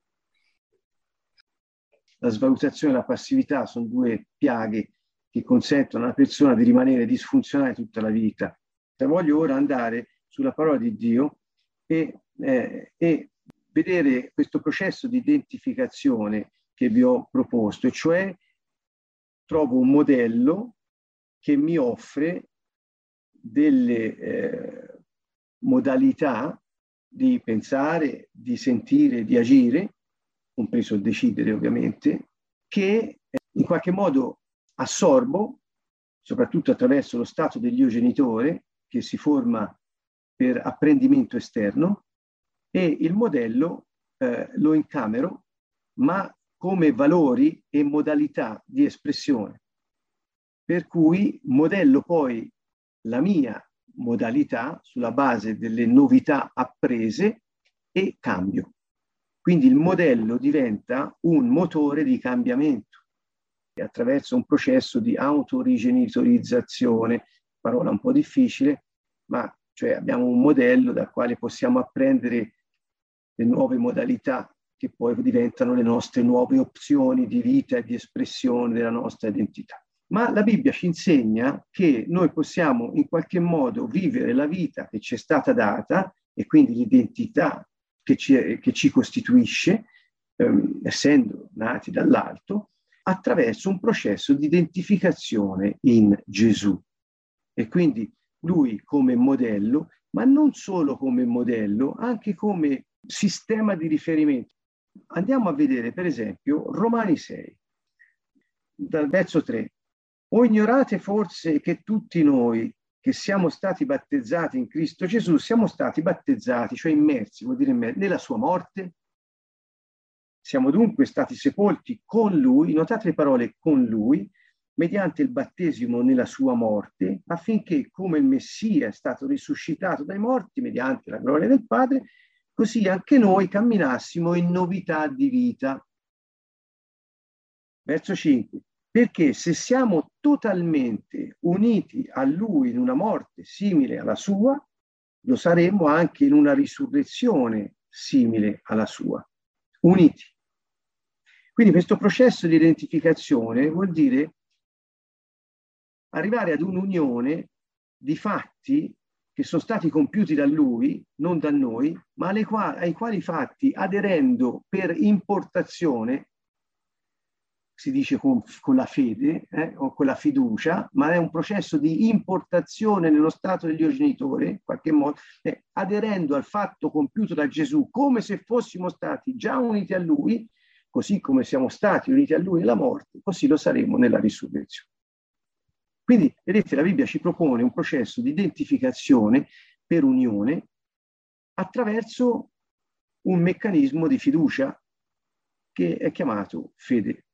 La svalutazione e la passività sono due piaghe che consentono a una persona di rimanere disfunzionale tutta la vita. Voglio ora andare sulla parola di Dio e vedere questo processo di identificazione che vi ho proposto, e cioè trovo un modello che mi offre delle modalità di pensare, di sentire, di agire, compreso il decidere ovviamente, che in qualche modo assorbo, soprattutto attraverso lo stato dell'io genitore, che si forma per apprendimento esterno, e il modello lo incamero, ma come valori e modalità di espressione. Per cui modello poi la mia modalità sulla base delle novità apprese e cambio. Quindi il modello diventa un motore di cambiamento attraverso un processo di autorigenitorizzazione, parola un po' difficile, ma cioè abbiamo un modello dal quale possiamo apprendere le nuove modalità che poi diventano le nostre nuove opzioni di vita e di espressione della nostra identità. Ma la Bibbia ci insegna che noi possiamo in qualche modo vivere la vita che ci è stata data, e quindi l'identità che ci costituisce, essendo nati dall'alto, attraverso un processo di identificazione in Gesù. E quindi lui come modello, ma non solo come modello, anche come sistema di riferimento. Andiamo a vedere, per esempio, Romani 6, dal verso 3. O ignorate forse che tutti noi che siamo stati battezzati in Cristo Gesù, siamo stati battezzati, cioè immersi, vuol dire nella sua morte? Siamo dunque stati sepolti con lui, notate le parole con lui, mediante il battesimo nella sua morte, affinché come il Messia è stato risuscitato dai morti mediante la gloria del Padre, così anche noi camminassimo in novità di vita. Verso 5. Perché se siamo totalmente uniti a Lui in una morte simile alla sua, lo saremo anche in una risurrezione simile alla sua. Uniti. Quindi questo processo di identificazione vuol dire arrivare ad un'unione di fatti che sono stati compiuti da Lui, non da noi, ma ai quali fatti, aderendo per importazione, si dice con la fede o con la fiducia, ma è un processo di importazione nello stato dell'io genitore, in qualche modo, aderendo al fatto compiuto da Gesù, come se fossimo stati già uniti a Lui, così come siamo stati uniti a Lui nella morte, così lo saremo nella risurrezione. Quindi, vedete, la Bibbia ci propone un processo di identificazione per unione attraverso un meccanismo di fiducia che è chiamato fede.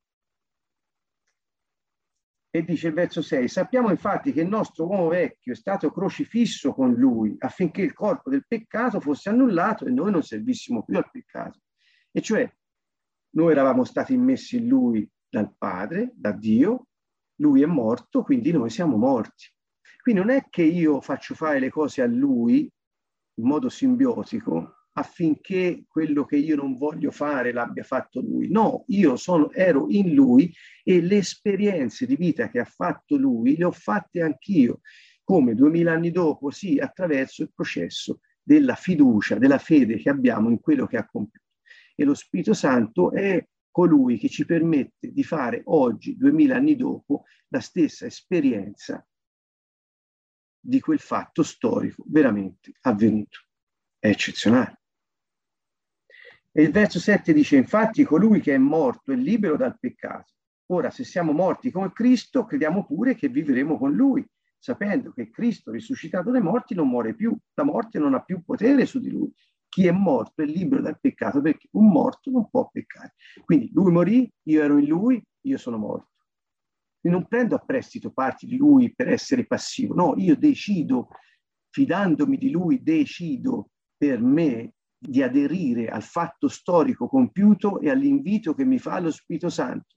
E dice il verso 6, sappiamo infatti che il nostro uomo vecchio è stato crocifisso con lui affinché il corpo del peccato fosse annullato e noi non servissimo più al peccato. E cioè, noi eravamo stati immessi in lui dal Padre, da Dio, lui è morto, quindi noi siamo morti. Quindi non è che io faccio fare le cose a lui in modo simbiotico affinché quello che io non voglio fare l'abbia fatto lui. No, io ero in lui e le esperienze di vita che ha fatto lui le ho fatte anch'io. come 2000 anni dopo, sì, attraverso il processo della fiducia, della fede che abbiamo in quello che ha compiuto. E lo Spirito Santo è colui che ci permette di fare oggi, 2000 anni dopo, la stessa esperienza di quel fatto storico veramente avvenuto. È eccezionale. E il verso 7 dice: infatti colui che è morto è libero dal peccato. Ora, se siamo morti con Cristo, crediamo pure che vivremo con Lui, sapendo che Cristo, risuscitato dai morti, non muore più. La morte non ha più potere su di Lui. Chi è morto è libero dal peccato, perché un morto non può peccare. Quindi Lui morì, io ero in Lui, io sono morto. E non prendo a prestito parti di Lui per essere passivo. No, io decido, fidandomi di Lui, decido per me di aderire al fatto storico compiuto e all'invito che mi fa lo Spirito Santo.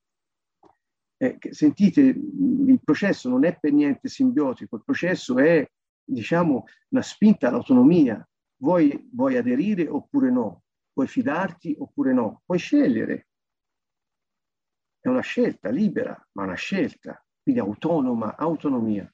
Sentite, il processo non è per niente simbiotico, il processo è, diciamo, una spinta all'autonomia. Vuoi aderire oppure no? Vuoi fidarti oppure no? Puoi scegliere. È una scelta libera, ma una scelta, quindi autonomia.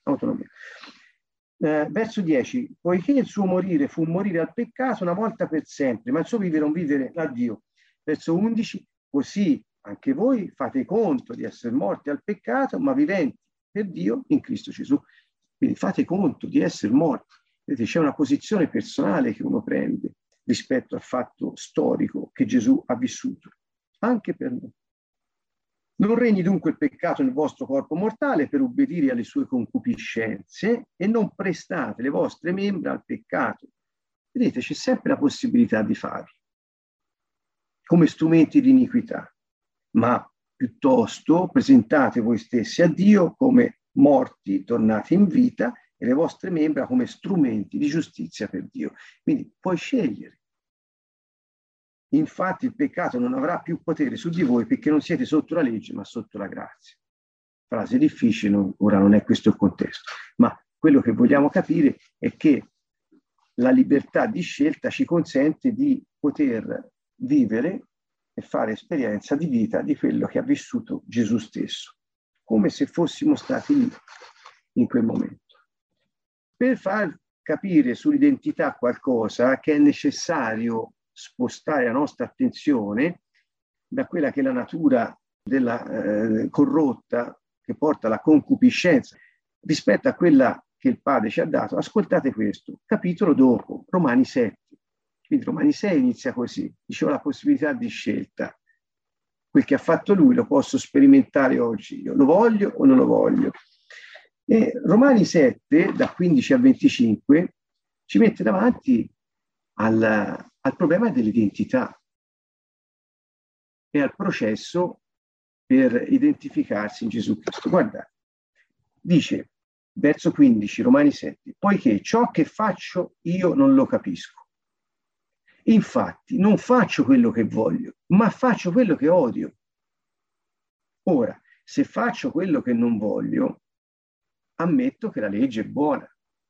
Verso 10, poiché il suo morire fu morire al peccato una volta per sempre, ma il suo vivere un vivere a Dio. Verso 11, così anche voi fate conto di essere morti al peccato, ma viventi per Dio in Cristo Gesù. Quindi fate conto di essere morti. Vedete, c'è una posizione personale che uno prende rispetto al fatto storico che Gesù ha vissuto, anche per noi. Non regni dunque il peccato nel vostro corpo mortale per obbedire alle sue concupiscenze e non prestate le vostre membra al peccato. Vedete, c'è sempre la possibilità di farlo, come strumenti di iniquità, ma piuttosto presentate voi stessi a Dio come morti tornati in vita e le vostre membra come strumenti di giustizia per Dio. Quindi puoi scegliere. Infatti il peccato non avrà più potere su di voi perché non siete sotto la legge ma sotto la grazia. Frase difficile, ora non è questo il contesto, ma quello che vogliamo capire è che la libertà di scelta ci consente di poter vivere e fare esperienza di vita di quello che ha vissuto Gesù stesso, come se fossimo stati lì in quel momento. Per far capire sull'identità qualcosa che è necessario spostare la nostra attenzione da quella che è la natura della corrotta che porta alla concupiscenza rispetto a quella che il Padre ci ha dato. Ascoltate questo, capitolo dopo, Romani 7. Quindi Romani 6 inizia così, dice: ho la possibilità di scelta. Quel che ha fatto Lui lo posso sperimentare oggi, io lo voglio o non lo voglio. E Romani 7, da 15 a 25, ci mette davanti al problema dell'identità e al processo per identificarsi in Gesù Cristo. Guardate, dice, verso 15, Romani 7, poiché ciò che faccio io non lo capisco. Infatti non faccio quello che voglio, ma faccio quello che odio. Ora, se faccio quello che non voglio, ammetto che la legge è buona.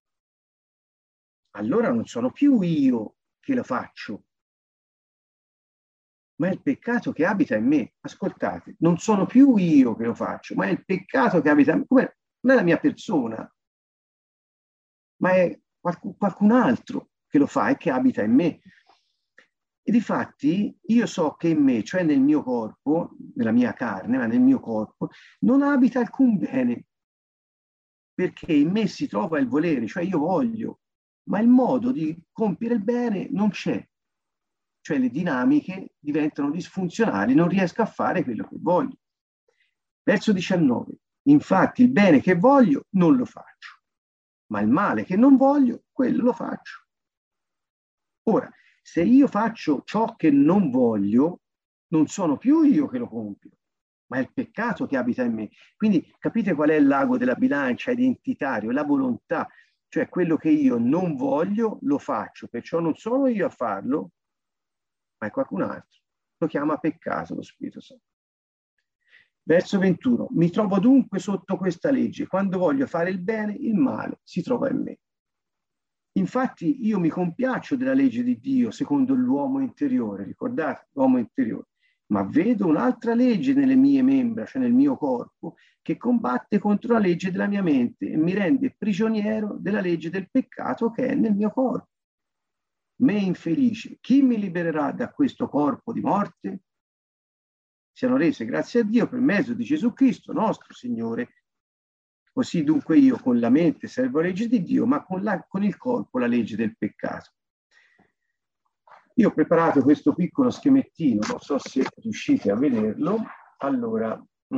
Allora non sono più io che lo faccio, ma è il peccato che abita in me. Ascoltate, non sono più io che lo faccio, ma è il peccato che abita in me. Non è la mia persona, ma è qualcun altro che lo fa e che abita in me. E difatti io so che in me, cioè nel mio corpo, nella mia carne, ma nel mio corpo, non abita alcun bene, perché in me si trova il volere, cioè io voglio, ma il modo di compiere il bene non c'è. Cioè le dinamiche diventano disfunzionali, non riesco a fare quello che voglio. Verso 19. Infatti il bene che voglio non lo faccio, ma il male che non voglio, quello lo faccio. Ora, se io faccio ciò che non voglio, non sono più io che lo compio, ma è il peccato che abita in me. Quindi capite qual è il l'ago della bilancia identitario, la volontà, cioè quello che io non voglio lo faccio, perciò non sono io a farlo, ma è qualcun altro. Lo chiama peccato lo Spirito Santo. Verso 21. Mi trovo dunque sotto questa legge. Quando voglio fare il bene, il male si trova in me. Infatti io mi compiaccio della legge di Dio secondo l'uomo interiore, ricordate, l'uomo interiore, ma vedo un'altra legge nelle mie membra, cioè nel mio corpo, che combatte contro la legge della mia mente e mi rende prigioniero della legge del peccato che è nel mio corpo. Me infelice, chi mi libererà da questo corpo di morte? Siano rese grazie a Dio per mezzo di Gesù Cristo, nostro Signore. Così dunque io con la mente servo la legge di Dio, ma con il corpo la legge del peccato. Io ho preparato questo piccolo schemettino, non so se riuscite a vederlo. Allora,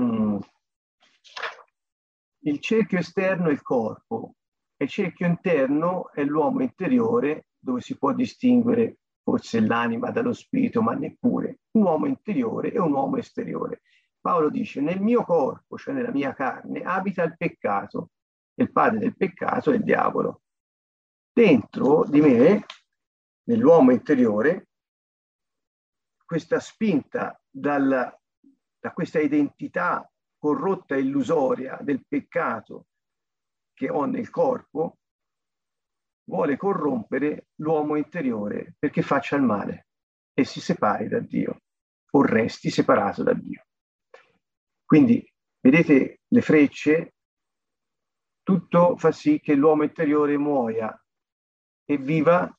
il cerchio esterno è il corpo e il cerchio interno è l'uomo interiore, dove si può distinguere forse l'anima dallo spirito, ma neppure. Un uomo interiore e un uomo esteriore. Paolo dice, nel mio corpo, cioè nella mia carne, abita il peccato, e il padre del peccato è il diavolo. Dentro di me, nell'uomo interiore, questa spinta da questa identità corrotta e illusoria del peccato che ho nel corpo, vuole corrompere l'uomo interiore perché faccia il male e si separi da Dio o resti separato da Dio. Quindi, vedete le frecce, tutto fa sì che l'uomo interiore muoia e viva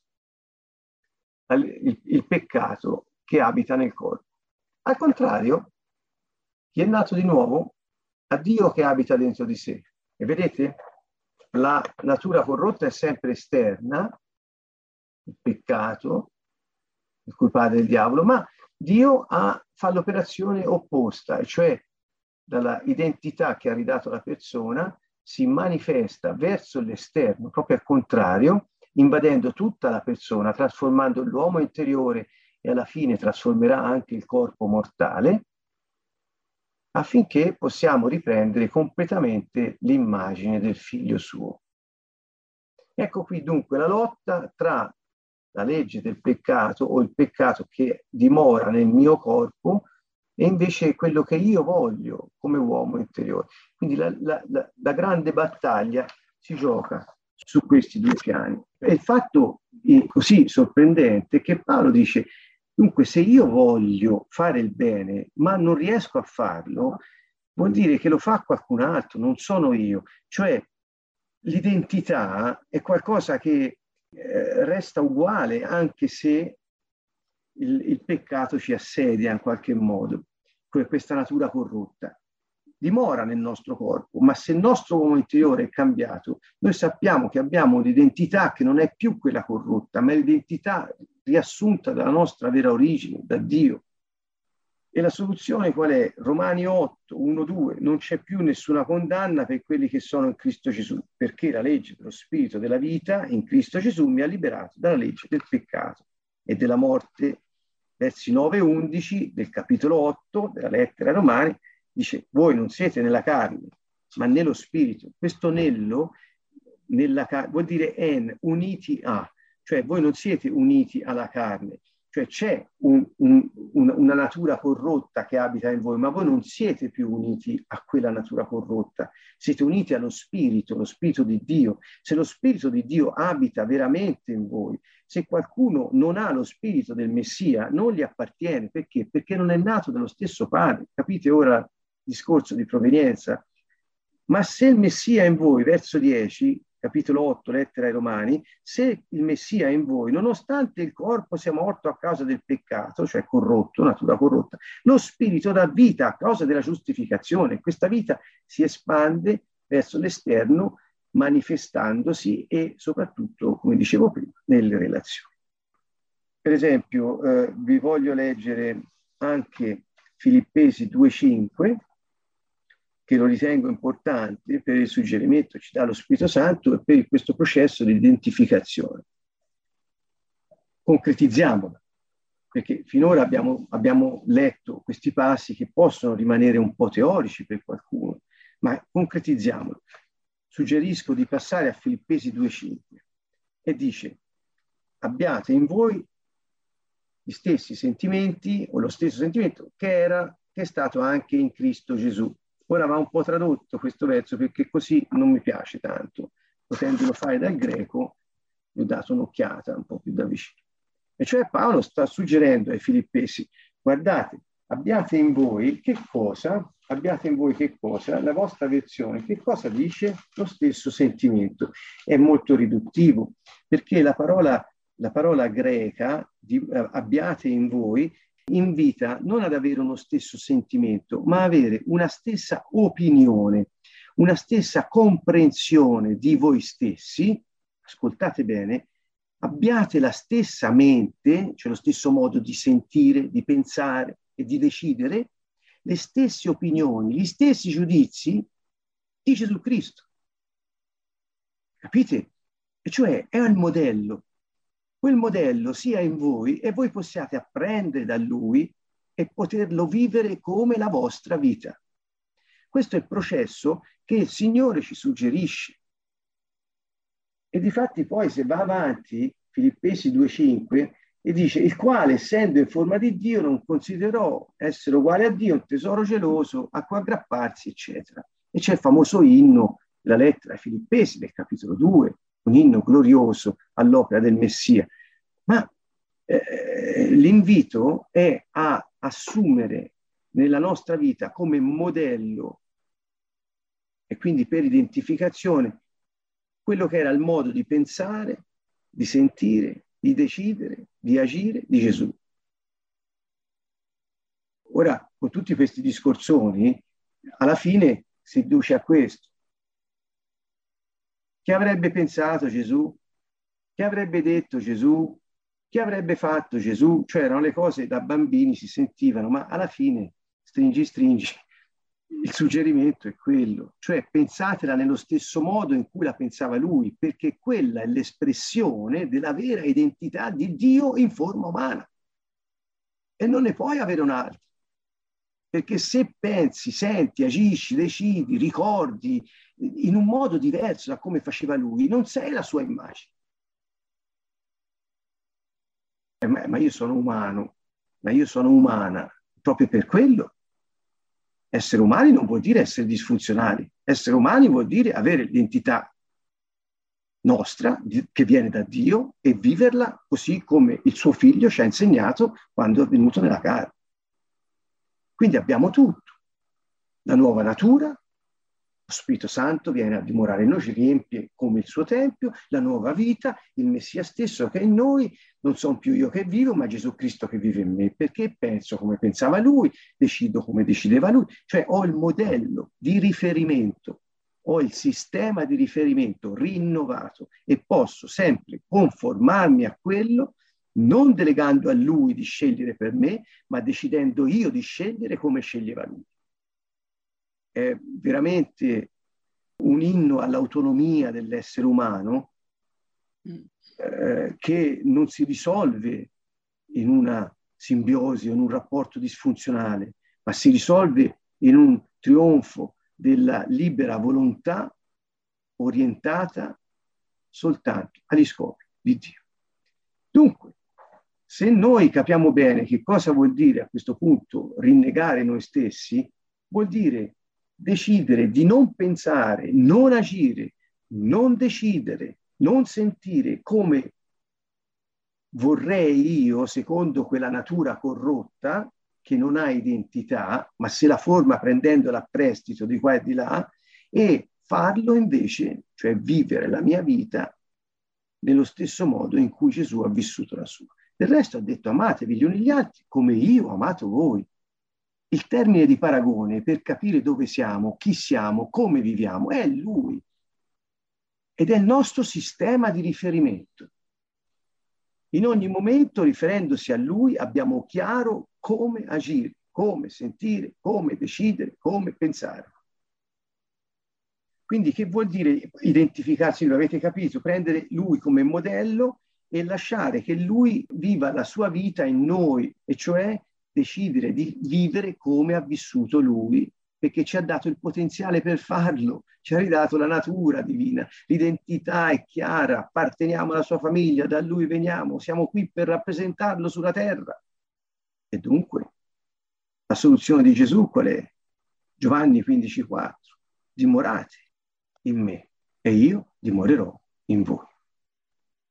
il peccato che abita nel corpo. Al contrario, chi è nato di nuovo ha Dio che abita dentro di sé. E vedete? La natura corrotta è sempre esterna, il peccato, il cui padre è il diavolo, ma Dio fa l'operazione opposta, cioè dalla identità che ha ridato la persona si manifesta verso l'esterno, proprio al contrario, invadendo tutta la persona, trasformando l'uomo interiore e alla fine trasformerà anche il corpo mortale, affinché possiamo riprendere completamente l'immagine del figlio suo. Ecco qui dunque la lotta tra la legge del peccato o il peccato che dimora nel mio corpo e invece quello che io voglio come uomo interiore. Quindi la grande battaglia si gioca su questi due piani. E il fatto così sorprendente che Paolo dice, dunque se io voglio fare il bene ma non riesco a farlo, vuol dire che lo fa qualcun altro, non sono io. Cioè l'identità è qualcosa che resta uguale anche se il peccato ci assedia in qualche modo, questa natura corrotta. Dimora nel nostro corpo, ma se il nostro uomo interiore è cambiato, noi sappiamo che abbiamo un'identità che non è più quella corrotta, ma è l'identità riassunta dalla nostra vera origine, da Dio. E la soluzione qual è? Romani 8, 1, 2, non c'è più nessuna condanna per quelli che sono in Cristo Gesù, perché la legge dello Spirito della vita in Cristo Gesù mi ha liberato dalla legge del peccato e della morte. Versi 9 e 11 del capitolo 8 della lettera ai Romani dice, voi non siete nella carne, ma nello Spirito. Questo nello, nella carne, vuol dire uniti a, cioè voi non siete uniti alla carne, cioè c'è una natura corrotta che abita in voi, ma voi non siete più uniti a quella natura corrotta, siete uniti allo Spirito, lo Spirito di Dio. Se lo Spirito di Dio abita veramente in voi, se qualcuno non ha lo Spirito del Messia, non gli appartiene. Perché? Perché non è nato dallo stesso Padre. Capite ora il discorso di provenienza? Ma se il Messia è in voi, verso 10, capitolo 8, lettera ai Romani, se il Messia è in voi, nonostante il corpo sia morto a causa del peccato, cioè corrotto, natura corrotta, lo Spirito dà vita a causa della giustificazione. Questa vita si espande verso l'esterno, manifestandosi e soprattutto, come dicevo prima, nelle relazioni. Per esempio, vi voglio leggere anche Filippesi 2,5, che lo ritengo importante per il suggerimento che ci dà lo Spirito Santo e per questo processo di identificazione. Concretizziamolo, perché finora abbiamo letto questi passi che possono rimanere un po' teorici per qualcuno, ma concretizziamolo. Suggerisco di passare a Filippesi 2,5 e dice, abbiate in voi gli stessi sentimenti o lo stesso sentimento che è stato anche in Cristo Gesù. Ora va un po' tradotto questo verso perché così non mi piace tanto. Potendolo fare dal greco, gli ho dato un'occhiata un po' più da vicino. E cioè Paolo sta suggerendo ai Filippesi, guardate, abbiate in voi che cosa? Abbiate in voi che cosa? La vostra versione che cosa dice? Lo stesso sentimento. È molto riduttivo, perché la parola greca di abbiate in voi invita non ad avere uno stesso sentimento, ma avere una stessa opinione, una stessa comprensione di voi stessi. Ascoltate bene, abbiate la stessa mente, cioè lo stesso modo di sentire, di pensare e di decidere, le stesse opinioni, gli stessi giudizi di Gesù Cristo. Capite? E cioè è il modello. Quel modello sia in voi e voi possiate apprendere da lui e poterlo vivere come la vostra vita. Questo è il processo che il Signore ci suggerisce. E difatti poi se va avanti, Filippesi 2,5, e dice: il quale, essendo in forma di Dio, non considerò essere uguale a Dio un tesoro geloso a cui aggrapparsi, eccetera. E c'è il famoso inno, la lettera ai Filippesi del capitolo 2, un inno glorioso all'opera del Messia. Ma l'invito è a assumere nella nostra vita come modello e quindi per identificazione quello che era il modo di pensare, di sentire, di decidere, di agire di Gesù. Ora, con tutti questi discorsoni, alla fine si riduce a questo. Che avrebbe pensato Gesù? Che avrebbe detto Gesù? Che avrebbe fatto Gesù? Cioè erano le cose da bambini, si sentivano, ma alla fine, stringi, il suggerimento è quello, cioè pensatela nello stesso modo in cui la pensava lui, perché quella è l'espressione della vera identità di Dio in forma umana. E non ne puoi avere un'altra. Perché se pensi, senti, agisci, decidi, ricordi in un modo diverso da come faceva lui, non sei la sua immagine. Ma io sono umano, ma io sono umana. Proprio per quello, essere umani non vuol dire essere disfunzionali. Essere umani vuol dire avere l'identità nostra, che viene da Dio, e viverla così come il suo figlio ci ha insegnato quando è venuto nella carne. Quindi abbiamo tutto. La nuova natura, lo Spirito Santo viene a dimorare in noi, ci riempie come il suo tempio, la nuova vita, il Messia stesso che è in noi, non sono più io che vivo, ma Gesù Cristo che vive in me, perché penso come pensava lui, decido come decideva lui, cioè ho il modello di riferimento, ho il sistema di riferimento rinnovato e posso sempre conformarmi a quello, non delegando a lui di scegliere per me, ma decidendo io di scegliere come sceglieva lui. È veramente un inno all'autonomia dell'essere umano che non si risolve in una simbiosi o in un rapporto disfunzionale, ma si risolve in un trionfo della libera volontà orientata soltanto agli scopi di Dio. Dunque, se noi capiamo bene che cosa vuol dire a questo punto rinnegare noi stessi, vuol dire decidere di non pensare, non agire, non decidere, non sentire come vorrei io, secondo quella natura corrotta, che non ha identità, ma se la forma prendendola a prestito di qua e di là, e farlo invece, cioè vivere la mia vita nello stesso modo in cui Gesù ha vissuto la sua. Del resto ha detto: amatevi gli uni gli altri come io ho amato voi. Il termine di paragone per capire dove siamo, chi siamo, come viviamo, è lui. Ed è il nostro sistema di riferimento. In ogni momento, riferendosi a lui, abbiamo chiaro come agire, come sentire, come decidere, come pensare. Quindi che vuol dire identificarsi? Lo avete capito? Prendere lui come modello e lasciare che lui viva la sua vita in noi, e cioè decidere di vivere come ha vissuto lui, perché ci ha dato il potenziale per farlo, ci ha ridato la natura divina, l'identità è chiara, apparteniamo alla sua famiglia, da lui veniamo, siamo qui per rappresentarlo sulla terra. E dunque la soluzione di Gesù qual è? Giovanni 15,4: dimorate in me e io dimorerò in voi.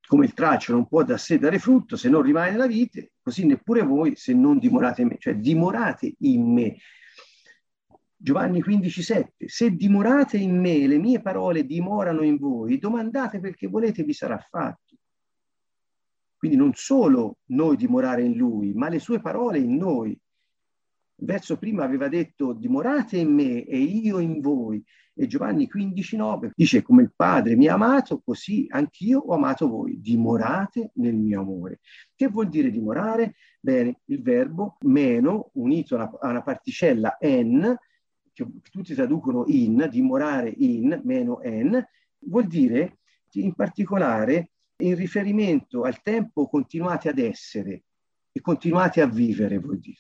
come il tralcio non può da sé dare frutto se non rimane nella vite, così neppure voi se non dimorate in me, cioè dimorate in me. Giovanni 15,7: se dimorate in me, le mie parole dimorano in voi, domandate perché volete, vi sarà fatto. Quindi non solo noi dimorare in lui, ma le sue parole in noi. Il verso prima aveva detto dimorate in me e io in voi, e Giovanni 15,9 dice come il Padre mi ha amato, così anch'io ho amato voi, dimorate nel mio amore. Che vuol dire dimorare? Bene, il verbo meno unito a una particella en, che tutti traducono in, dimorare in, meno en, vuol dire in particolare in riferimento al tempo continuate ad essere e continuate a vivere, vuol dire.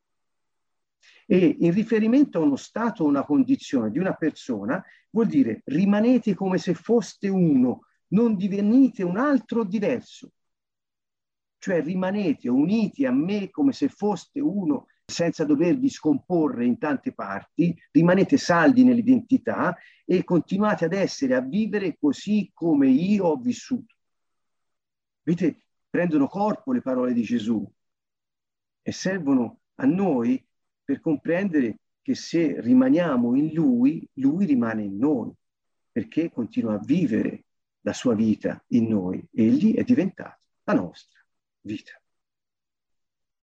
E in riferimento a uno stato o una condizione di una persona vuol dire rimanete come se foste uno, non divenite un altro diverso. Cioè rimanete uniti a me come se foste uno, senza dovervi scomporre in tante parti, rimanete saldi nell'identità e continuate ad essere, a vivere così come io ho vissuto. Vedete, prendono corpo le parole di Gesù e servono a noi per comprendere che se rimaniamo in Lui, Lui rimane in noi, perché continua a vivere la sua vita in noi. Egli è diventato la nostra vita.